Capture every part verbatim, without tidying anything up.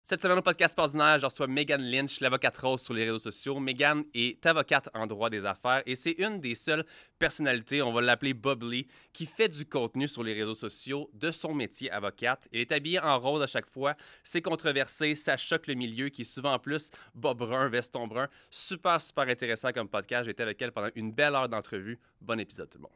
Cette semaine au podcast ordinaire, je reçois Megan Lynch, l'avocate rose sur les réseaux sociaux. Megan est avocate en droit des affaires et c'est une des seules personnalités, on va l'appeler bubbly, qui fait du contenu sur les réseaux sociaux de son métier avocate. Elle est habillée en rose à chaque fois, c'est controversé, ça choque le milieu qui est souvent en plus bas brun, veston brun. Super, super intéressant comme podcast. J'étais avec elle pendant une belle heure d'entrevue. Bon épisode tout le monde.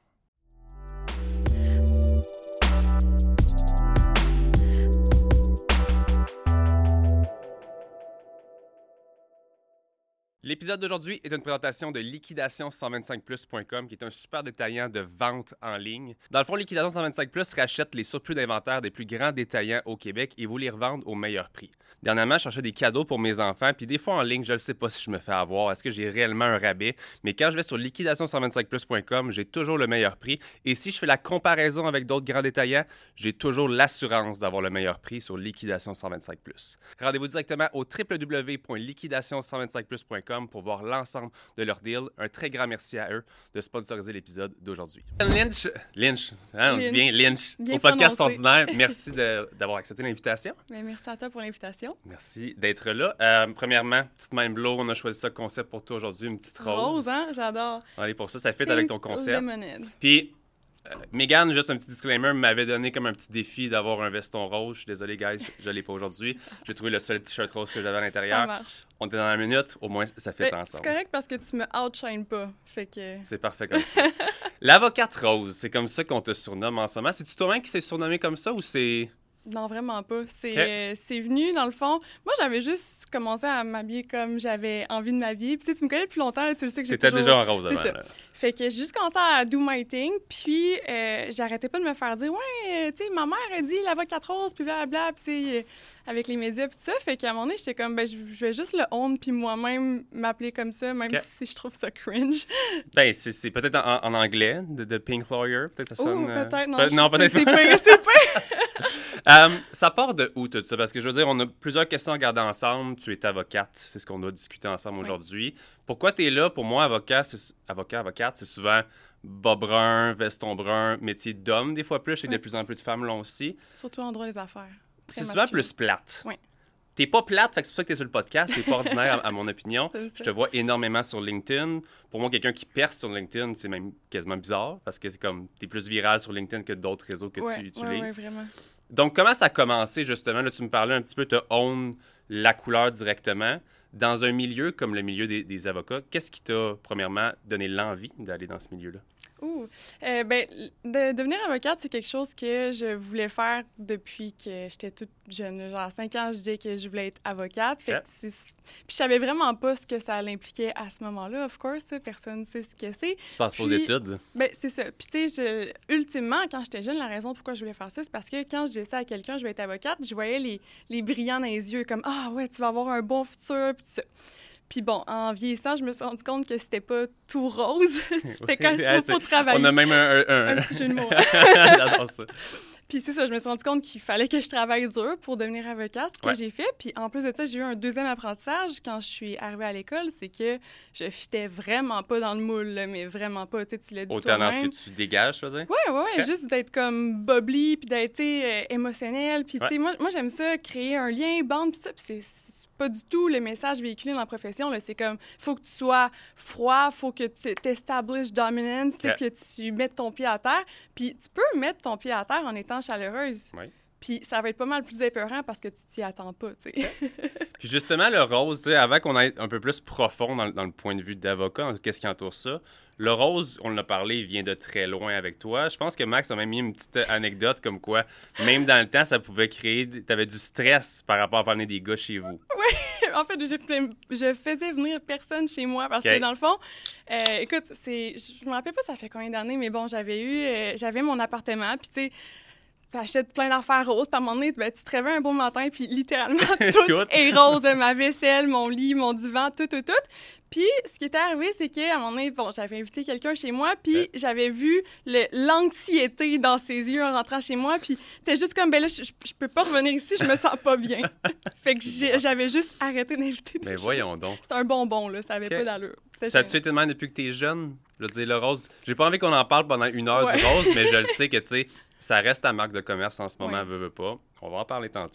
L'épisode d'aujourd'hui est une présentation de liquidation cent vingt-cinq plus point com, qui est un super détaillant de vente en ligne. Dans le fond, Liquidation cent vingt-cinq plus rachète les surplus d'inventaire des plus grands détaillants au Québec et vous les revendent au meilleur prix. Dernièrement, je cherchais des cadeaux pour mes enfants, puis des fois en ligne, je ne sais pas si je me fais avoir, est-ce que j'ai réellement un rabais, mais quand je vais sur liquidation cent vingt-cinq plus point com, j'ai toujours le meilleur prix. Et si je fais la comparaison avec d'autres grands détaillants, j'ai toujours l'assurance d'avoir le meilleur prix sur Liquidation cent vingt-cinq plus. Rendez-vous directement au w w w point liquidation cent vingt-cinq plus point com pour voir l'ensemble de leur deal. Un très grand merci à eux de sponsoriser l'épisode d'aujourd'hui. Lynch, Lynch, hein, on Lynch. dit bien Lynch, Bien au podcast prononcé. ordinaire. Merci de- d'avoir accepté l'invitation. Bien, merci à toi pour l'invitation. Merci d'être là. Euh, premièrement, petite mind blow, on a choisi ce concept pour toi aujourd'hui, une petite rose. Rose, hein? J'adore. Allez, pour ça, ça fit avec ton Pink concept. Lemonade. Puis, euh, Megan, juste un petit disclaimer, m'avait donné comme un petit défi d'avoir un veston rose. Je suis désolé, guys, je ne l'ai pas aujourd'hui. J'ai trouvé le seul t-shirt rose que j'avais à Ça l'intérieur. marche. On était dans la minute, au moins ça fait Ben, ensemble. c'est correct parce que tu me outshine pas. Fait que... C'est parfait comme ça. L'avocate rose, c'est comme ça qu'on te surnomme en ce moment. C'est-tu toi-même qui s'est surnommé comme ça ou c'est... Non, vraiment pas. C'est Ok. euh, c'est venu, dans le fond... Moi, j'avais juste commencé à m'habiller comme j'avais envie de m'habiller. Puis tu sais, tu me connais depuis longtemps, là, tu le sais que j'ai T'étais toujours... déjà en rose C'est avant. ça. là. Fait que j'ai juste commencé à do my thing, puis euh, j'arrêtais pas de me faire dire « Ouais, euh, tu sais, ma mère a dit l'avocate rose, puis blablabla, puis tu sais, euh, avec les médias, puis tout ça. » Fait qu'à un moment donné, j'étais comme « Ben, je je vais juste le honte, puis moi-même m'appeler comme ça, même Ok. si je trouve ça cringe. Ben, c'est, c'est peut-être en, en anglais, de, de Pink Lawyer. Peut-être ça » sonne... Oh, euh, peut-être, non. peut- je- non, c'est- peut-être C'est pas. pire, c'est pire. Euh, ça part de où tout ça? Parce que je veux dire, on a plusieurs questions à regarder ensemble. Tu es avocate, c'est ce qu'on doit discuter ensemble Oui. aujourd'hui. Pourquoi tu es là? Pour moi, avocat, c'est, avocat, avocate, c'est souvent bas brun, veston brun, métier d'homme des fois plus. Je sais que Oui. de plus en plus de femmes l'ont aussi. Surtout en droit des affaires. Très C'est souvent masculin. plus plate. Oui. T'es pas plate, fait que c'est pour ça que t'es sur le podcast. T'es pas ordinaire, à, à mon opinion. C'est ça. Je te vois énormément sur LinkedIn. Pour moi, quelqu'un qui perce sur LinkedIn, c'est même quasiment bizarre parce que c'est comme t'es plus viral sur LinkedIn que d'autres réseaux que Ouais, tu ouais, utilises. ouais, vraiment. Donc, comment ça a commencé, justement? Là, tu me parlais un petit peu, tu own la couleur directement. Dans un milieu comme le milieu des, des avocats, qu'est-ce qui t'a, premièrement, donné l'envie d'aller dans ce milieu-là? Ouh. Euh, ben, de devenir avocate, c'est quelque chose que je voulais faire depuis que j'étais toute jeune. Genre, à cinq ans, je disais que je voulais être avocate. Fait Ok. que c'est- Puis je savais vraiment pas ce que ça l'impliquait à ce moment-là, of course. hein, Personne ne sait ce que c'est. Tu passes pas aux Puis- études? Ben, c'est ça. Puis, tu sais, je- ultimement, quand j'étais jeune, la raison pourquoi je voulais faire ça, c'est parce que quand je disais ça à quelqu'un, je vais être avocate, je voyais les, les brillants dans les yeux, comme « Ah ouais, tu vas avoir un bon futur », puis tout ça. Puis bon, en vieillissant, je me suis rendu compte que c'était pas tout rose. C'était quand Ouais, il faut, c'est- faut travailler. On a même un... un, un- Un petit jeu de mots. J'adore ça. Puis c'est ça, je me suis rendu compte qu'il fallait que je travaille dur pour devenir avocate, ce que Ouais. j'ai fait. Puis en plus de ça, j'ai eu un deuxième apprentissage quand je suis arrivée à l'école, c'est que je fitais vraiment pas dans le moule, là, mais vraiment pas. Tu sais, tu l'as dit Autant dans ce toi-même. que tu dégages, je veux dire? Ouais, ouais, ouais, Ok. juste d'être comme bubbly, puis d'être, tu sais, euh, émotionnel. Puis, tu sais, Ouais. moi, moi j'aime ça, créer un lien, bande, puis ça. Puis c'est- c'est pas du tout le message véhiculé dans la profession, là. C'est comme, faut que tu sois froid, faut que tu t'establishes dominance, tu sais, Ouais. que tu mettes ton pied à terre. Puis tu peux mettre ton pied à terre en étant chaleureuse. Ouais. Puis ça va être pas mal plus épeurant parce que tu t'y attends pas, tu sais. Puis justement, le rose, tu sais, avant qu'on aille un peu plus profond dans, dans le point de vue d'avocat, qu'est-ce qui entoure ça, le rose, on en a parlé, il vient de très loin avec toi. Je pense que Max a même mis une petite anecdote comme quoi, même dans le temps, ça pouvait créer... T'avais du stress par rapport à faire venir des gars chez vous. En fait, je, fais- je faisais venir personne chez moi parce Ok. que, dans le fond, euh, écoute, c'est, je me rappelle pas ça fait combien d'années, mais bon, j'avais eu, euh, j'avais mon appartement, puis tu sais, t'achètes plein d'affaires roses, puis à un moment donné, ben, tu te réveilles un beau matin, puis littéralement, tout, Tout. est rose. Ma vaisselle, mon lit, mon divan, tout, tout, tout. Puis, ce qui était arrivé, c'est qu'à un moment donné, bon, j'avais invité quelqu'un chez moi, puis Ouais. j'avais vu le- l'anxiété dans ses yeux en rentrant chez moi, puis t'es juste comme, ben là, je, je- je peux pas revenir ici, je me sens pas bien. Fait que C'est j'ai- bon. j'avais juste arrêté d'inviter des Mais gens. voyons donc. C'est un bonbon, là, ça avait Ok. pas d'allure. C'était Ça gênant. a-tu été de même depuis que t'es jeune? Je veux dire, le rose... J'ai pas envie qu'on en parle pendant une heure Ouais. du rose, mais je le sais que, tu sais, ça reste ta marque de commerce en ce moment, Ouais. veut, veut pas. On va en parler tantôt.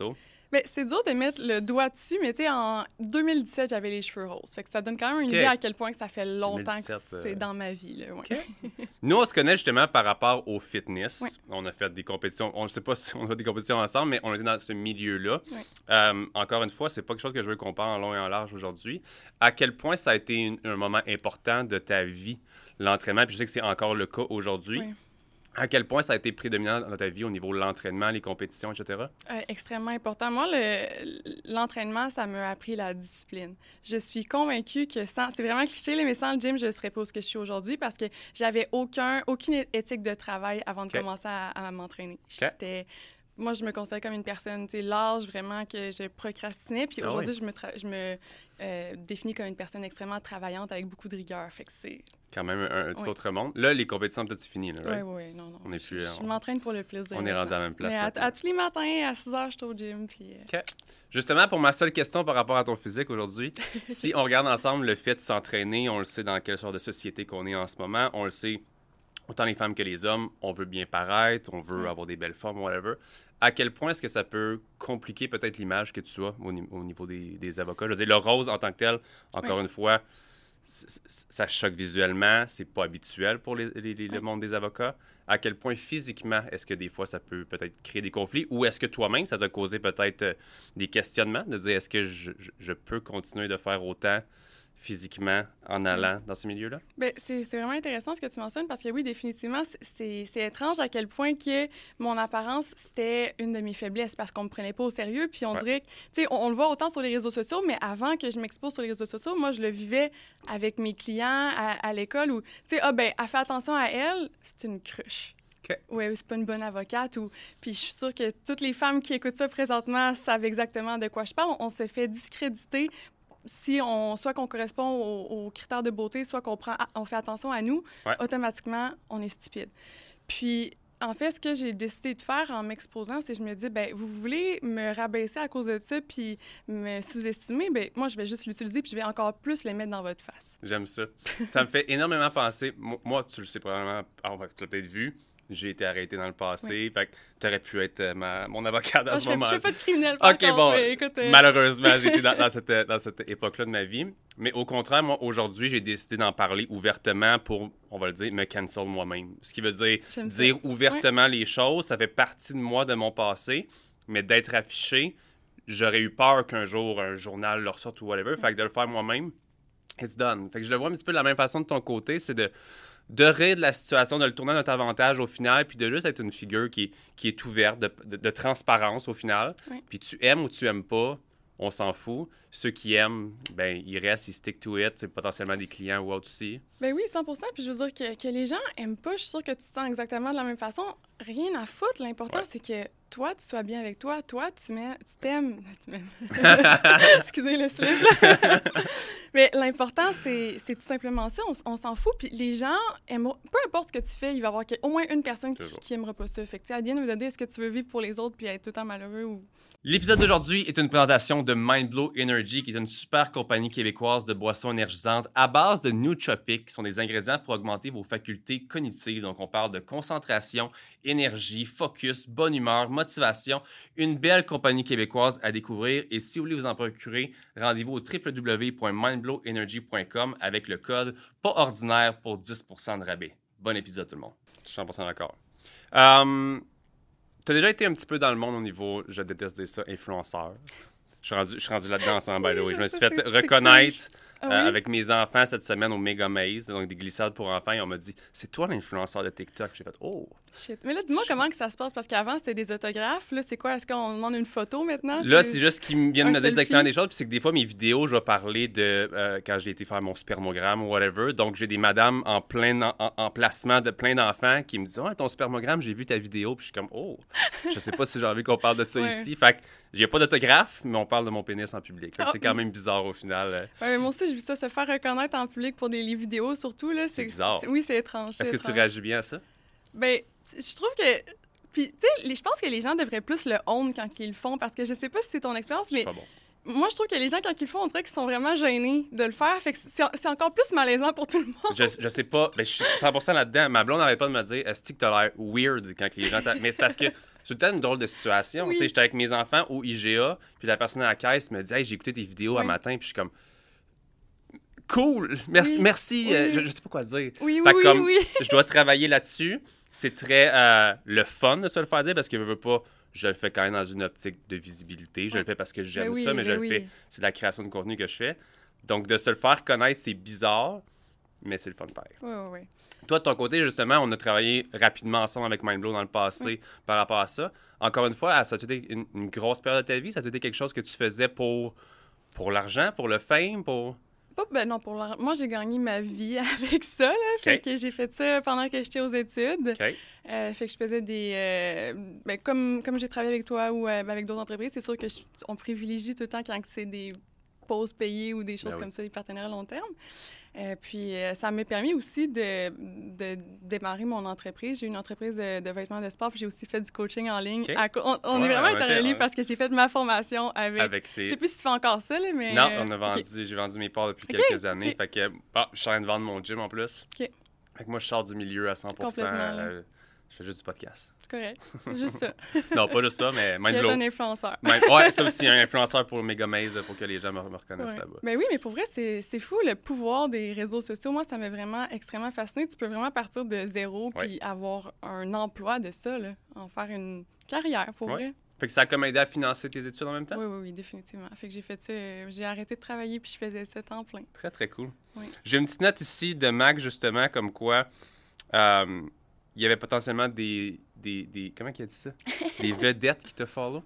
Bien, c'est dur de mettre le doigt dessus, mais tu sais, en deux mille dix-sept, j'avais les cheveux roses. Fait que ça donne quand même une OK. idée à quel point que ça fait longtemps deux mille dix-sept, que c'est euh... dans ma vie. Là, ouais. OK. Nous, on se connaît justement par rapport au fitness. Ouais. On a fait des compétitions. On ne sait pas si on a des compétitions ensemble, mais on était dans ce milieu-là. Ouais. Euh, encore une fois, c'est pas quelque chose que je veux qu'on parle en long et en large aujourd'hui. À quel point ça a été une, un moment important de ta vie, l'entraînement, puis je sais que c'est encore le cas aujourd'hui. Ouais. À quel point ça a été prédominant dans ta vie au niveau de l'entraînement, les compétitions, et cetera? Euh, extrêmement important. Moi, le, l'entraînement, ça m'a appris la discipline. Je suis convaincue que sans... C'est vraiment cliché, mais sans le gym, je ne serais pas où je suis aujourd'hui parce que j'avais aucun, aucune éthique de travail avant de Okay. commencer à, à m'entraîner. Okay. J'étais... Moi, je me considère comme une personne, tu sais, large, vraiment, que je procrastinais. Puis Ah aujourd'hui, oui. je me, tra- je me euh, définis comme une personne extrêmement travaillante avec beaucoup de rigueur. Fait que c'est... Quand même un, un tout Oui. autre monde. Là, les compétitions, peut-être, c'est fini. Là, Oui, right? oui, oui, non, non. On est Je, plus, je on- m'entraîne pour le plaisir. On est rendu à la même place. Mais à, maintenant. à tous les matins, à six heures, je suis au gym. Puis, euh, OK. Justement, pour ma seule question par rapport à ton physique aujourd'hui, si on regarde ensemble le fait de s'entraîner, on le sait dans quelle sorte de société qu'on est en ce moment, on le sait, autant les femmes que les hommes, on veut bien paraître, on veut Ouais. avoir des belles formes, whatever. À quel point est-ce que ça peut compliquer peut-être l'image que tu as au, ni- au niveau des, des avocats? Je veux dire, le rose en tant que tel, encore Oui. une fois, c- c- ça choque visuellement, c'est pas habituel pour les, les- les- le Oui. monde des avocats. À quel point physiquement est-ce que des fois ça peut peut-être créer des conflits ou est-ce que toi-même ça t'a causé peut-être euh, des questionnements de dire est-ce que je, je- je peux continuer de faire autant physiquement en allant dans ce milieu-là? Bien, c'est, c'est vraiment intéressant ce que tu mentionnes parce que oui, définitivement, c'est, c'est, c'est étrange à quel point que mon apparence, c'était une de mes faiblesses parce qu'on me prenait pas au sérieux. Puis on Ouais. dirait que, tu sais, on, on le voit autant sur les réseaux sociaux, mais avant que je m'expose sur les réseaux sociaux, moi, je le vivais avec mes clients à, à l'école où, tu sais, ah ben, elle fait attention à elle, c'est une cruche. OK. Ouais, c'est pas une bonne avocate. Ou... Puis je suis sûre que toutes les femmes qui écoutent ça présentement savent exactement de quoi je parle. On, on se fait discréditer si on, soit qu'on correspond aux, aux critères de beauté, soit qu'on prend, on fait attention à nous, Ouais. automatiquement, on est stupide. Puis, en fait, ce que j'ai décidé de faire en m'exposant, c'est que je me dis, ben vous voulez me rabaisser à cause de ça puis me sous-estimer, ben moi, je vais juste l'utiliser puis je vais encore plus le mettre dans votre face. J'aime ça. Ça me fait énormément penser. Mo- Moi, tu le sais probablement, ah, ouais, tu l'as peut-être vu. J'ai été arrêté dans le passé. Fait que tu aurais pu être euh, ma, mon avocat dans Ah, ce je fais, moment. je fais pas de criminel par OK, contre, bon. mais écoute, euh, Malheureusement, j'ai été dans, dans cette, dans cette époque-là de ma vie. Mais au contraire, moi, aujourd'hui, j'ai décidé d'en parler ouvertement pour, on va le dire, me cancel moi-même. Ce qui veut dire J'aime ça. dire ouvertement les choses. Ça fait partie de moi, de mon passé. Mais d'être affiché, j'aurais eu peur qu'un jour, un journal le ressorte ou whatever. Fait que de le faire moi-même, it's done. Fait que je le vois un petit peu de la même façon de ton côté. C'est de... de rire de la situation, de le tourner à notre avantage au final, puis de juste être une figure qui est, qui est ouverte, de, de, de transparence au final. Oui. Puis tu aimes ou tu aimes pas, on s'en fout. Ceux qui aiment, ben ils restent, ils stick to it. C'est potentiellement des clients ou autres aussi. Ben oui, cent pour cent. Puis je veux dire que, que les gens aiment pas, je suis sûre que tu te sens exactement de la même façon. Rien à foutre. L'important, Ouais. c'est que toi, tu sois bien avec toi. Toi, tu, mets, tu t'aimes. Tu m'aimes. Excusez le slip. là. Mais l'important, c'est, c'est tout simplement ça. On, on s'en fout. Puis les gens aiment... Peu importe ce que tu fais, il va y avoir que- au moins une personne qui, Toujours. qui aimera pas ça. Fait que, tu sais, à bien nous donner, est-ce que tu veux vivre pour les autres puis être tout le temps malheureux ou... L'épisode d'aujourd'hui est une présentation de Mindblow Energy, qui est une super compagnie québécoise de boissons énergisantes à base de nootropics, qui sont des ingrédients pour augmenter vos facultés cognitives. Donc, on parle de concentration, énergie, focus, bonne humeur, motivation. Une belle compagnie québécoise à découvrir. Et si vous voulez vous en procurer, rendez-vous au w w w point mindblow energy point com avec le code pas ordinaire pour dix pour cent de rabais. Bon épisode, tout le monde. Je suis cent pour cent d'accord. Um, Tu as déjà été un petit peu dans le monde au niveau, je déteste dire ça, influenceur. Je suis rendu, je suis rendu là-dedans ensemble, by the way. Oui, Je me je suis sais, fait c'est- c'est reconnaître cringe. Ah euh, oui? avec mes enfants cette semaine au Mega Maze, donc des glissades pour enfants, et on m'a dit « C'est toi l'influenceur de TikTok? » J'ai fait « Oh! » Shit. Mais là, dis-moi comment que ça se passe, parce qu'avant, c'était des autographes. Là, c'est quoi? Est-ce qu'on demande une photo maintenant? Là, c'est juste qu'ils me viennent un de me dire selfie? exactement des choses, puis c'est que des fois, mes vidéos, je vais parler de euh, quand j'ai été faire mon spermogramme ou whatever. Donc, j'ai des madames en plein en, en- en placement de plein d'enfants qui me disent « Ouais, ton spermogramme, j'ai vu ta vidéo. » Puis je suis comme « Oh! » Je sais pas si j'ai envie qu'on parle de ça Ouais. ici. Fait que j'ai pas d'autographe, mais on parle de mon pénis en public. Fait que Ah. c'est quand même bizarre au final. euh. Ouais, mais moi aussi, j'ai vu ça se faire reconnaître en public pour des les vidéos, surtout. Là, C'est bizarre. Oui, c'est étrange. c'est Est-ce que tu étrange. réagis bien à ça? Ben, je trouve que... Puis, tu sais, les- je pense que les gens devraient plus le own quand ils le font, parce que je sais pas si c'est ton expérience, Je suis mais pas bon. moi, je trouve que les gens, quand ils le font, on dirait qu'ils sont vraiment gênés de le faire. Fait que c'est c'est encore plus malaisant pour tout le monde. Je, je sais pas, ben, je suis cent pour cent là-dedans. Ma blonde n'arrête pas de me dire est-ce que tu as l'air weird quand les gens. t'a- Mais c'est parce que tout le temps une drôle de situation. Oui. Tu sais, j'étais avec mes enfants au I G A, puis la personne à la caisse me dit « Hey, j'ai écouté tes vidéos Oui. un matin. » Puis je suis comme « Cool! Merci, Oui. merci. Oui. Euh, je, je sais pas quoi dire. » Oui, Fait oui, que comme, oui, je dois travailler là-dessus. C'est très euh, le fun de se le faire dire parce que je veux pas... Je le fais quand même dans une optique de visibilité. Je Ouais. le fais parce que j'aime Ben oui, ça, mais ben je le oui. fais. C'est de la création de contenu que je fais. Donc, de se le faire connaître, c'est bizarre, mais c'est le fun pareil. Oui, oui, oui. Toi, de ton côté, justement, on a travaillé rapidement ensemble avec Mindblow dans le passé Oui. par rapport à ça. Encore une fois, ça a été une, une grosse période de ta vie? Ça a été quelque chose que tu faisais pour, pour l'argent, pour le fame, pour... Pas, ben non, pour la- moi, j'ai gagné ma vie avec ça, là. Fait OK. que j'ai fait ça pendant que j'étais aux études. OK. Euh, fait que je faisais des... euh, ben, comme, comme j'ai travaillé avec toi ou euh, avec d'autres entreprises, c'est sûr que je- on privilégie tout le temps quand c'est des pauses payées ou des choses Ben oui. comme ça, des partenariats à long terme. Euh, puis euh, ça m'a permis aussi de, de démarrer mon entreprise. J'ai une entreprise de, de vêtements de sport, puis j'ai aussi fait du coaching en ligne. OK. À co- on on Ouais, est vraiment on était- interreliés ouais. parce que j'ai fait ma formation avec... Avec ces... Je sais plus si tu fais encore ça, là, mais... Non, euh, on a vendu, OK. j'ai vendu mes parts depuis OK, quelques années. OK. Fait que, bon, je suis en train de vendre mon gym en plus. OK. Fait que moi, je sors du milieu à cent pour cent. Complètement, là. euh, je fais juste du podcast. C'est correct. Juste ça. Non, pas juste ça, mais Puis être Mindblow. un influenceur. Mind- Ouais, ça aussi, un influenceur pour Mega Maze pour que les gens me, me reconnaissent Ouais. là-bas. Ben oui, mais pour vrai, c'est c'est fou le pouvoir des réseaux sociaux. Moi, ça m'a vraiment extrêmement fasciné. Tu peux vraiment partir de zéro Ouais. puis avoir un emploi de ça, là, en faire une carrière, pour Ouais. vrai. Fait que ça a comme aidé à financer tes études en même temps? Oui, oui, oui, définitivement. Fait que j'ai fait ça, euh, j'ai arrêté de travailler puis je faisais ça temps plein. Très, très cool. Oui. J'ai une petite note ici de Mac, justement, comme quoi euh, il y avait potentiellement des, des, des... Comment il a dit ça? Des vedettes qui te follow.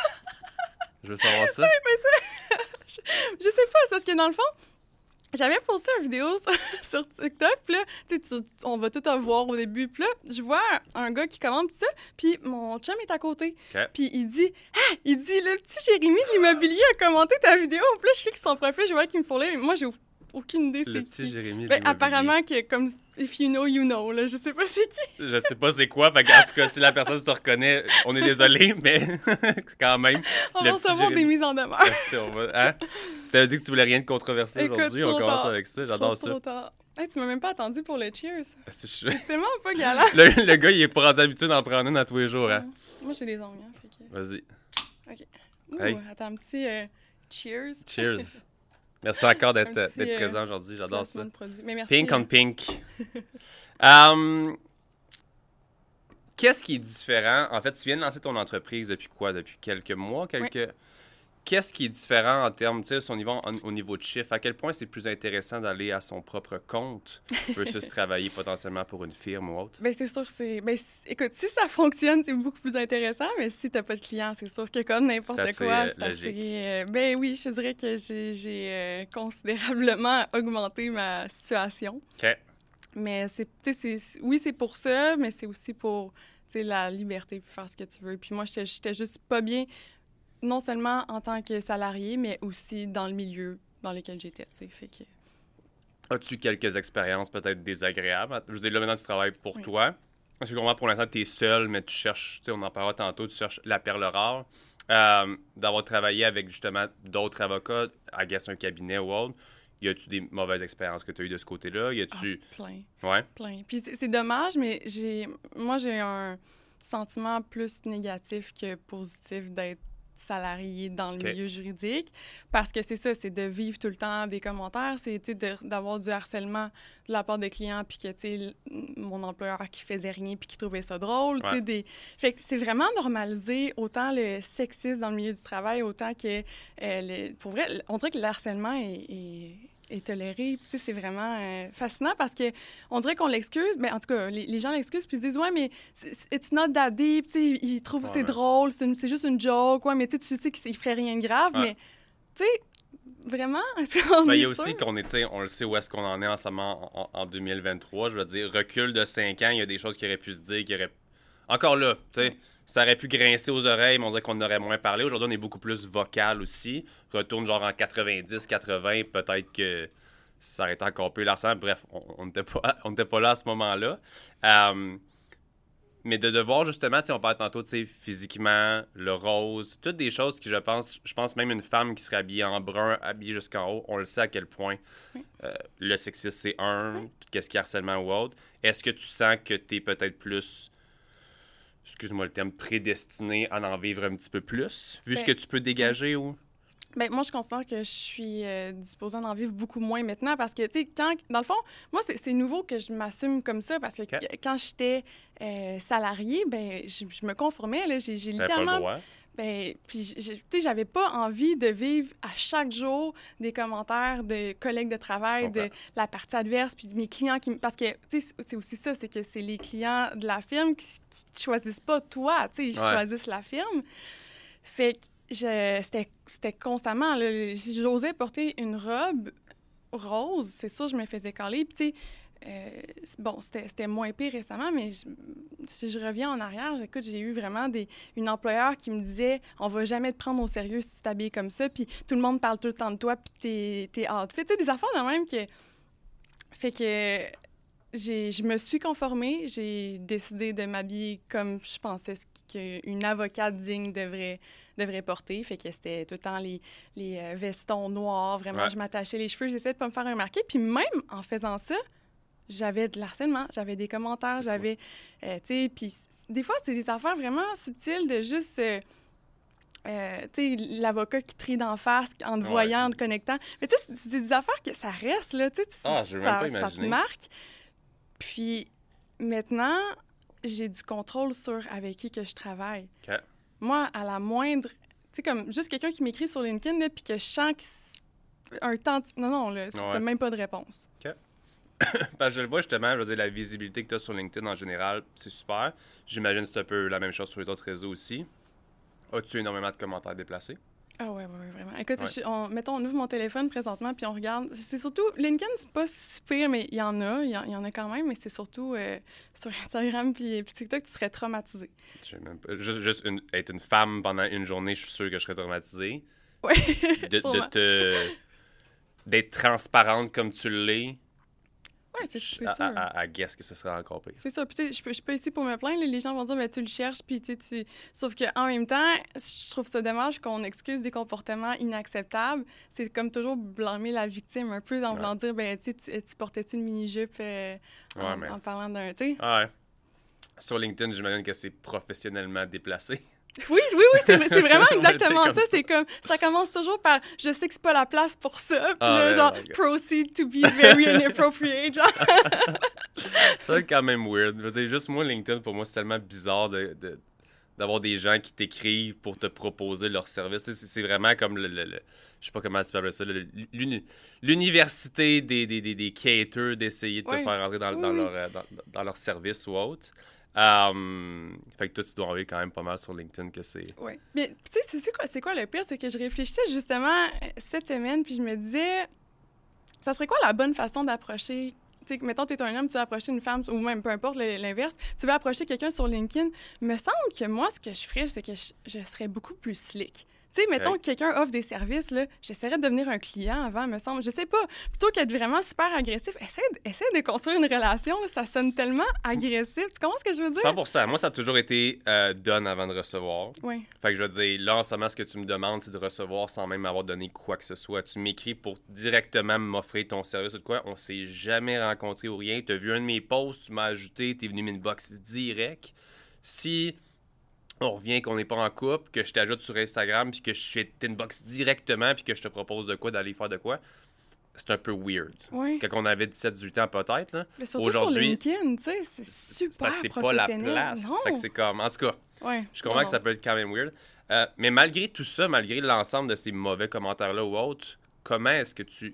Je veux savoir ça. Je sais pas, c'est parce que dans le fond, j'avais posté une vidéo sur, sur TikTok, puis là, tu sais, tu- tu- on va tout voir au début, puis là, je vois un gars qui commente pis ça, puis mon chum est à côté, OK. puis il dit « Ah! » Il dit « Le petit Jérémy de l'immobilier a commenté ta vidéo. » Puis là, je clique sur son profil, je vois qu'il me follow, mais moi, j'ai au- aucune idée Le c'est petit qui. Jérémy de Ben, l'immobilier. apparemment que comme « If you know, you know », là, je sais pas c'est qui. Je sais pas c'est quoi, fait qu'en tout cas, si la personne se reconnaît, on est désolé, mais quand même. On Le va petit recevoir des Jérémy. mises en demeure. Esti, on va- hein? T'avais dit que tu voulais rien de controversé Écoute, aujourd'hui, on trop commence tard. avec ça, Trop, j'adore ça. trop tard. Hey, tu m'as même pas attendu pour le cheers. Esti, je- C'est tellement pas galant. Le, le gars, il est pas rendu habitué d'en prendre une à tous les jours, hein? Moi, j'ai des ongles, hein, fait que... Vas-y. Ouh, Hey. attends, un petit euh, cheers. Cheers. Merci encore d'être Un petit, d'être euh, présent aujourd'hui, j'adore Placement ça. de produit. Mais merci. Pink euh, on pink. Um, Qu'est-ce qui est différent? En fait, tu viens de lancer ton entreprise depuis quoi? Depuis quelques mois? Quelques... Qu'est-ce qui est différent en termes, tu sais, son niveau, en- au niveau de chiffre? À quel point c'est plus intéressant d'aller à son propre compte versus travailler potentiellement pour une firme ou autre? Ben, c'est sûr, c'est. Ben, c- écoute, si ça fonctionne, c'est beaucoup plus intéressant, mais si t'as pas de clients, c'est sûr que comme n'importe C'est assez, quoi, euh, c'est assez. logique. euh, ben oui, je te dirais que j'ai j'ai, euh, considérablement augmenté ma situation. OK. Mais c'est. Tu sais, c'est- oui, c'est pour ça, mais c'est aussi pour, tu sais, la liberté, puis faire ce que tu veux. Puis moi, j'étais j'étais juste pas bien, non seulement en tant que salarié, mais aussi dans le milieu dans lequel j'étais, tu sais. Fait que. As-tu quelques expériences peut-être désagréables? Je veux dire, là, maintenant, tu travailles pour Oui. toi. Parce que pour l'instant, tu es seul, mais tu cherches, tu sais, on en parlera tantôt, tu cherches la perle rare. Euh, d'avoir travaillé avec, justement, d'autres avocats, à guess un cabinet ou autre, y a-tu des mauvaises expériences que tu as eues de ce côté-là? Y a-tu... Ah, plein. Ouais? Plein. Puis c'est c'est dommage, mais j'ai moi, j'ai un sentiment plus négatif que positif d'être salarié dans le OK. milieu juridique, parce que c'est ça, c'est de vivre tout le temps des commentaires, c'est, tu sais, de- d'avoir du harcèlement de la part des clients, puis que, tu sais, l- mon employeur qui faisait rien, puis qui trouvait ça drôle, tu sais, Ouais. des... Fait que c'est vraiment normalisé, autant le sexisme dans le milieu du travail, autant que, euh, le... pour vrai, on dirait que le harcèlement est... est est toléré. Tu sais, c'est vraiment euh, fascinant parce que on dirait qu'on l'excuse, mais en tout cas, les, les gens l'excusent puis ils disent ouais, mais c'est- it's not that deep, tu sais, ils trouvent que Ouais, c'est mais- drôle, c'est, une- c'est juste une joke, ouais, mais tu sais, tu sais qu'il ferait rien de grave, Ouais. mais tu sais, vraiment, on Ben, est il y a sûr? aussi qu'on est, tu sais, on le sait où est-ce qu'on en est en ce moment en, en deux mille vingt-trois. Je veux dire, recul de cinq ans, il y a des choses qui auraient pu se dire, qui auraient... Encore là, tu sais, Ouais. ça aurait pu grincer aux oreilles, mais on dirait qu'on en aurait moins parlé. Aujourd'hui, on est beaucoup plus vocal aussi. Retourne genre en quatre-vingt-dix, quatre-vingts, peut-être que ça aurait été encore plus lassant. Bref, on n'était pas, on n'était pas là à ce moment-là. Euh, mais de devoir justement, tu sais, on parlait tantôt, tu sais, physiquement, le rose, toutes des choses qui, je pense, je pense même une femme qui serait habillée en brun, habillée jusqu'en haut, on le sait à quel point Oui. euh, le sexisme, c'est un, Oui. qu'est-ce qui est harcèlement ou autre. Est-ce que tu sens que tu es peut-être plus excuse-moi le terme, prédestiné à en vivre un petit peu plus, vu Ben, ce que tu peux dégager ou... Ben, moi, je considère que je suis euh, disposée à en vivre beaucoup moins maintenant parce que, tu sais, quand, dans le fond, moi, c'est, c'est nouveau que je m'assume comme ça parce que Okay. quand j'étais euh, salariée, ben, je, je me conformais, là, j'ai, j'ai T'avais pas le littéralement... droit. Ben, puis, j'ai- tu sais, j'avais pas envie de vivre à chaque jour des commentaires de collègues de Je travail, de comprends. la partie adverse, puis de mes clients qui... me- Parce que, tu sais, c'est aussi ça, c'est que c'est les clients de la firme qui, qui choisissent pas toi, tu sais, ils Ouais. choisissent la firme. Fait que je, c'était, c'était constamment, là, si j'osais porter une robe rose, c'est sûr, je me faisais caler. Puis, tu sais, euh, bon, c'était, c'était moins pire récemment, mais je- si je reviens en arrière, écoute, j'ai eu vraiment des, une employeur qui me disait « On va jamais te prendre au sérieux si tu t'habilles comme ça, puis tout le monde parle tout le temps de toi, puis t'es, t'es outfit. » Tu sais, des affaires de même que... Fait que j'ai, je me suis conformée, j'ai décidé de m'habiller comme je pensais ce qu'une avocate digne devrait, devrait porter. Fait que c'était tout le temps les, les euh, vestons noirs, vraiment, Ouais. je m'attachais les cheveux, j'essayais de pas me faire remarquer. Puis même en faisant ça, j'avais de l'harcèlement, j'avais des commentaires, C'est fou. j'avais, euh, tu sais, puis c- des fois, c'est des affaires vraiment subtiles de juste... euh, euh, tu sais, l'avocat qui trie d'en face en te Ouais. voyant, en te connectant. Mais tu sais, c'est- c'est des affaires que ça reste, là, tu sais, tu- Ah, je veux ça, même pas ça te imaginer. marque. Puis maintenant, j'ai du contrôle sur avec qui que je travaille. OK. Moi, à la moindre... Tu sais, comme juste quelqu'un qui m'écrit sur LinkedIn, là, puis que je sens que c'est un temps... Non, non, là, Ouais. t'as même pas de réponse. Parce que je le vois justement, je veux dire, la visibilité que tu as sur LinkedIn en général, c'est super. J'imagine que c'est un peu la même chose sur les autres réseaux aussi. As-tu énormément de commentaires déplacés? Ah ouais, ouais, ouais, vraiment. Écoute, Ouais. je- on, mettons, on ouvre mon téléphone présentement, puis on regarde. C'est surtout... LinkedIn, c'est pas si pire, mais il y en a, il y, en- il y en a quand même, mais c'est surtout euh, sur Instagram puis, puis TikTok, tu serais traumatisé. Je sais même pas. Juste, juste une- être une femme pendant une journée, je suis sûr que je serais traumatisé. Ouais, De, de sûrement. te... D'être transparente comme tu l'es, Ouais, c'est c'est à, sûr. à, à, à guess que ce serait encore pire. C'est ça. Puis, tu sais, je peux- je suis pas ici pour me plaindre. là. Les gens vont dire, ben, tu le cherches, puis tu sais, tu. Sauf qu'en même temps, je trouve ça dommage qu'on excuse des comportements inacceptables. C'est comme toujours blâmer la victime un peu en Ouais. voulant dire, ben, tu sais, tu tu portais-tu une mini-jupe euh, Ouais, en, mais- en parlant d'un. Tu sais. Ah ouais. Sur LinkedIn, j'imagine que c'est professionnellement déplacé. Oui, oui, oui, c'est c'est vraiment Ouais, exactement c'est comme ça. ça. C'est comme. Ça commence toujours par, je sais que c'est pas la place pour ça. Puis Ah, là, ouais, genre, ouais, ok. proceed to be very inappropriate. Genre. Ça c'est quand même weird. Je veux dire, juste moi, LinkedIn, pour moi, c'est tellement bizarre de, de- d'avoir des gens qui t'écrivent pour te proposer leur service. C'est, c'est vraiment comme le, le- le- je sais pas comment tu peux appeler ça, le- l'uni- l'université des, des, des, des caters d'essayer de te Ouais. faire rentrer dans, Oui, dans oui. leur, euh, dans, dans leur service ou autre. Um, fait que toi, tu dois envoyer quand même pas mal sur LinkedIn que c'est... Oui. Mais tu sais, c'est- c'est quoi, c'est quoi le pire? C'est que je réfléchissais justement euh, cette semaine, puis je me disais, ça serait quoi la bonne façon d'approcher? Tu sais, mettons, t'es un homme, tu veux approcher une femme, ou même peu importe le- l'inverse, tu veux approcher quelqu'un sur LinkedIn. Me semble que moi, ce que je ferais, c'est que je, je serais beaucoup plus slick. Tu sais, mettons Ok. que quelqu'un offre des services, là, j'essaierais de devenir un client avant, me semble. Je sais pas. Plutôt qu'être vraiment super agressif, essaie, de- essaie de construire une relation. là, ça sonne tellement agressif. Tu comprends ce que je veux dire? cent pour cent. Moi, ça a toujours été euh, donne avant de recevoir. Oui. Fait que je veux dire, là, en ce moment, ce que tu me demandes, c'est de recevoir sans même avoir donné quoi que ce soit. Tu m'écris pour directement m'offrir ton service ou de quoi. On s'est jamais rencontrés ou rien. Tu as vu un de mes posts, tu m'as ajouté, tu es venu m'inbox direct. Si on revient qu'on n'est pas en couple, que je t'ajoute sur Instagram, puis que je t'inbox directement, puis que je te propose de quoi, d'aller faire de quoi, c'est un peu weird. Oui. Quand on avait dix-sept dix-huit ans, peut-être, là. Mais surtout sur Aujourd'hui, LinkedIn, tu sais, c'est c'est super parce que c'est pas la professionnel. place. Non. Fait que c'est comme... En tout cas... Ouais. Je comprends Non, que ça peut être quand même weird. Euh, mais malgré tout ça, malgré l'ensemble de ces mauvais commentaires-là ou autres, comment est-ce que tu...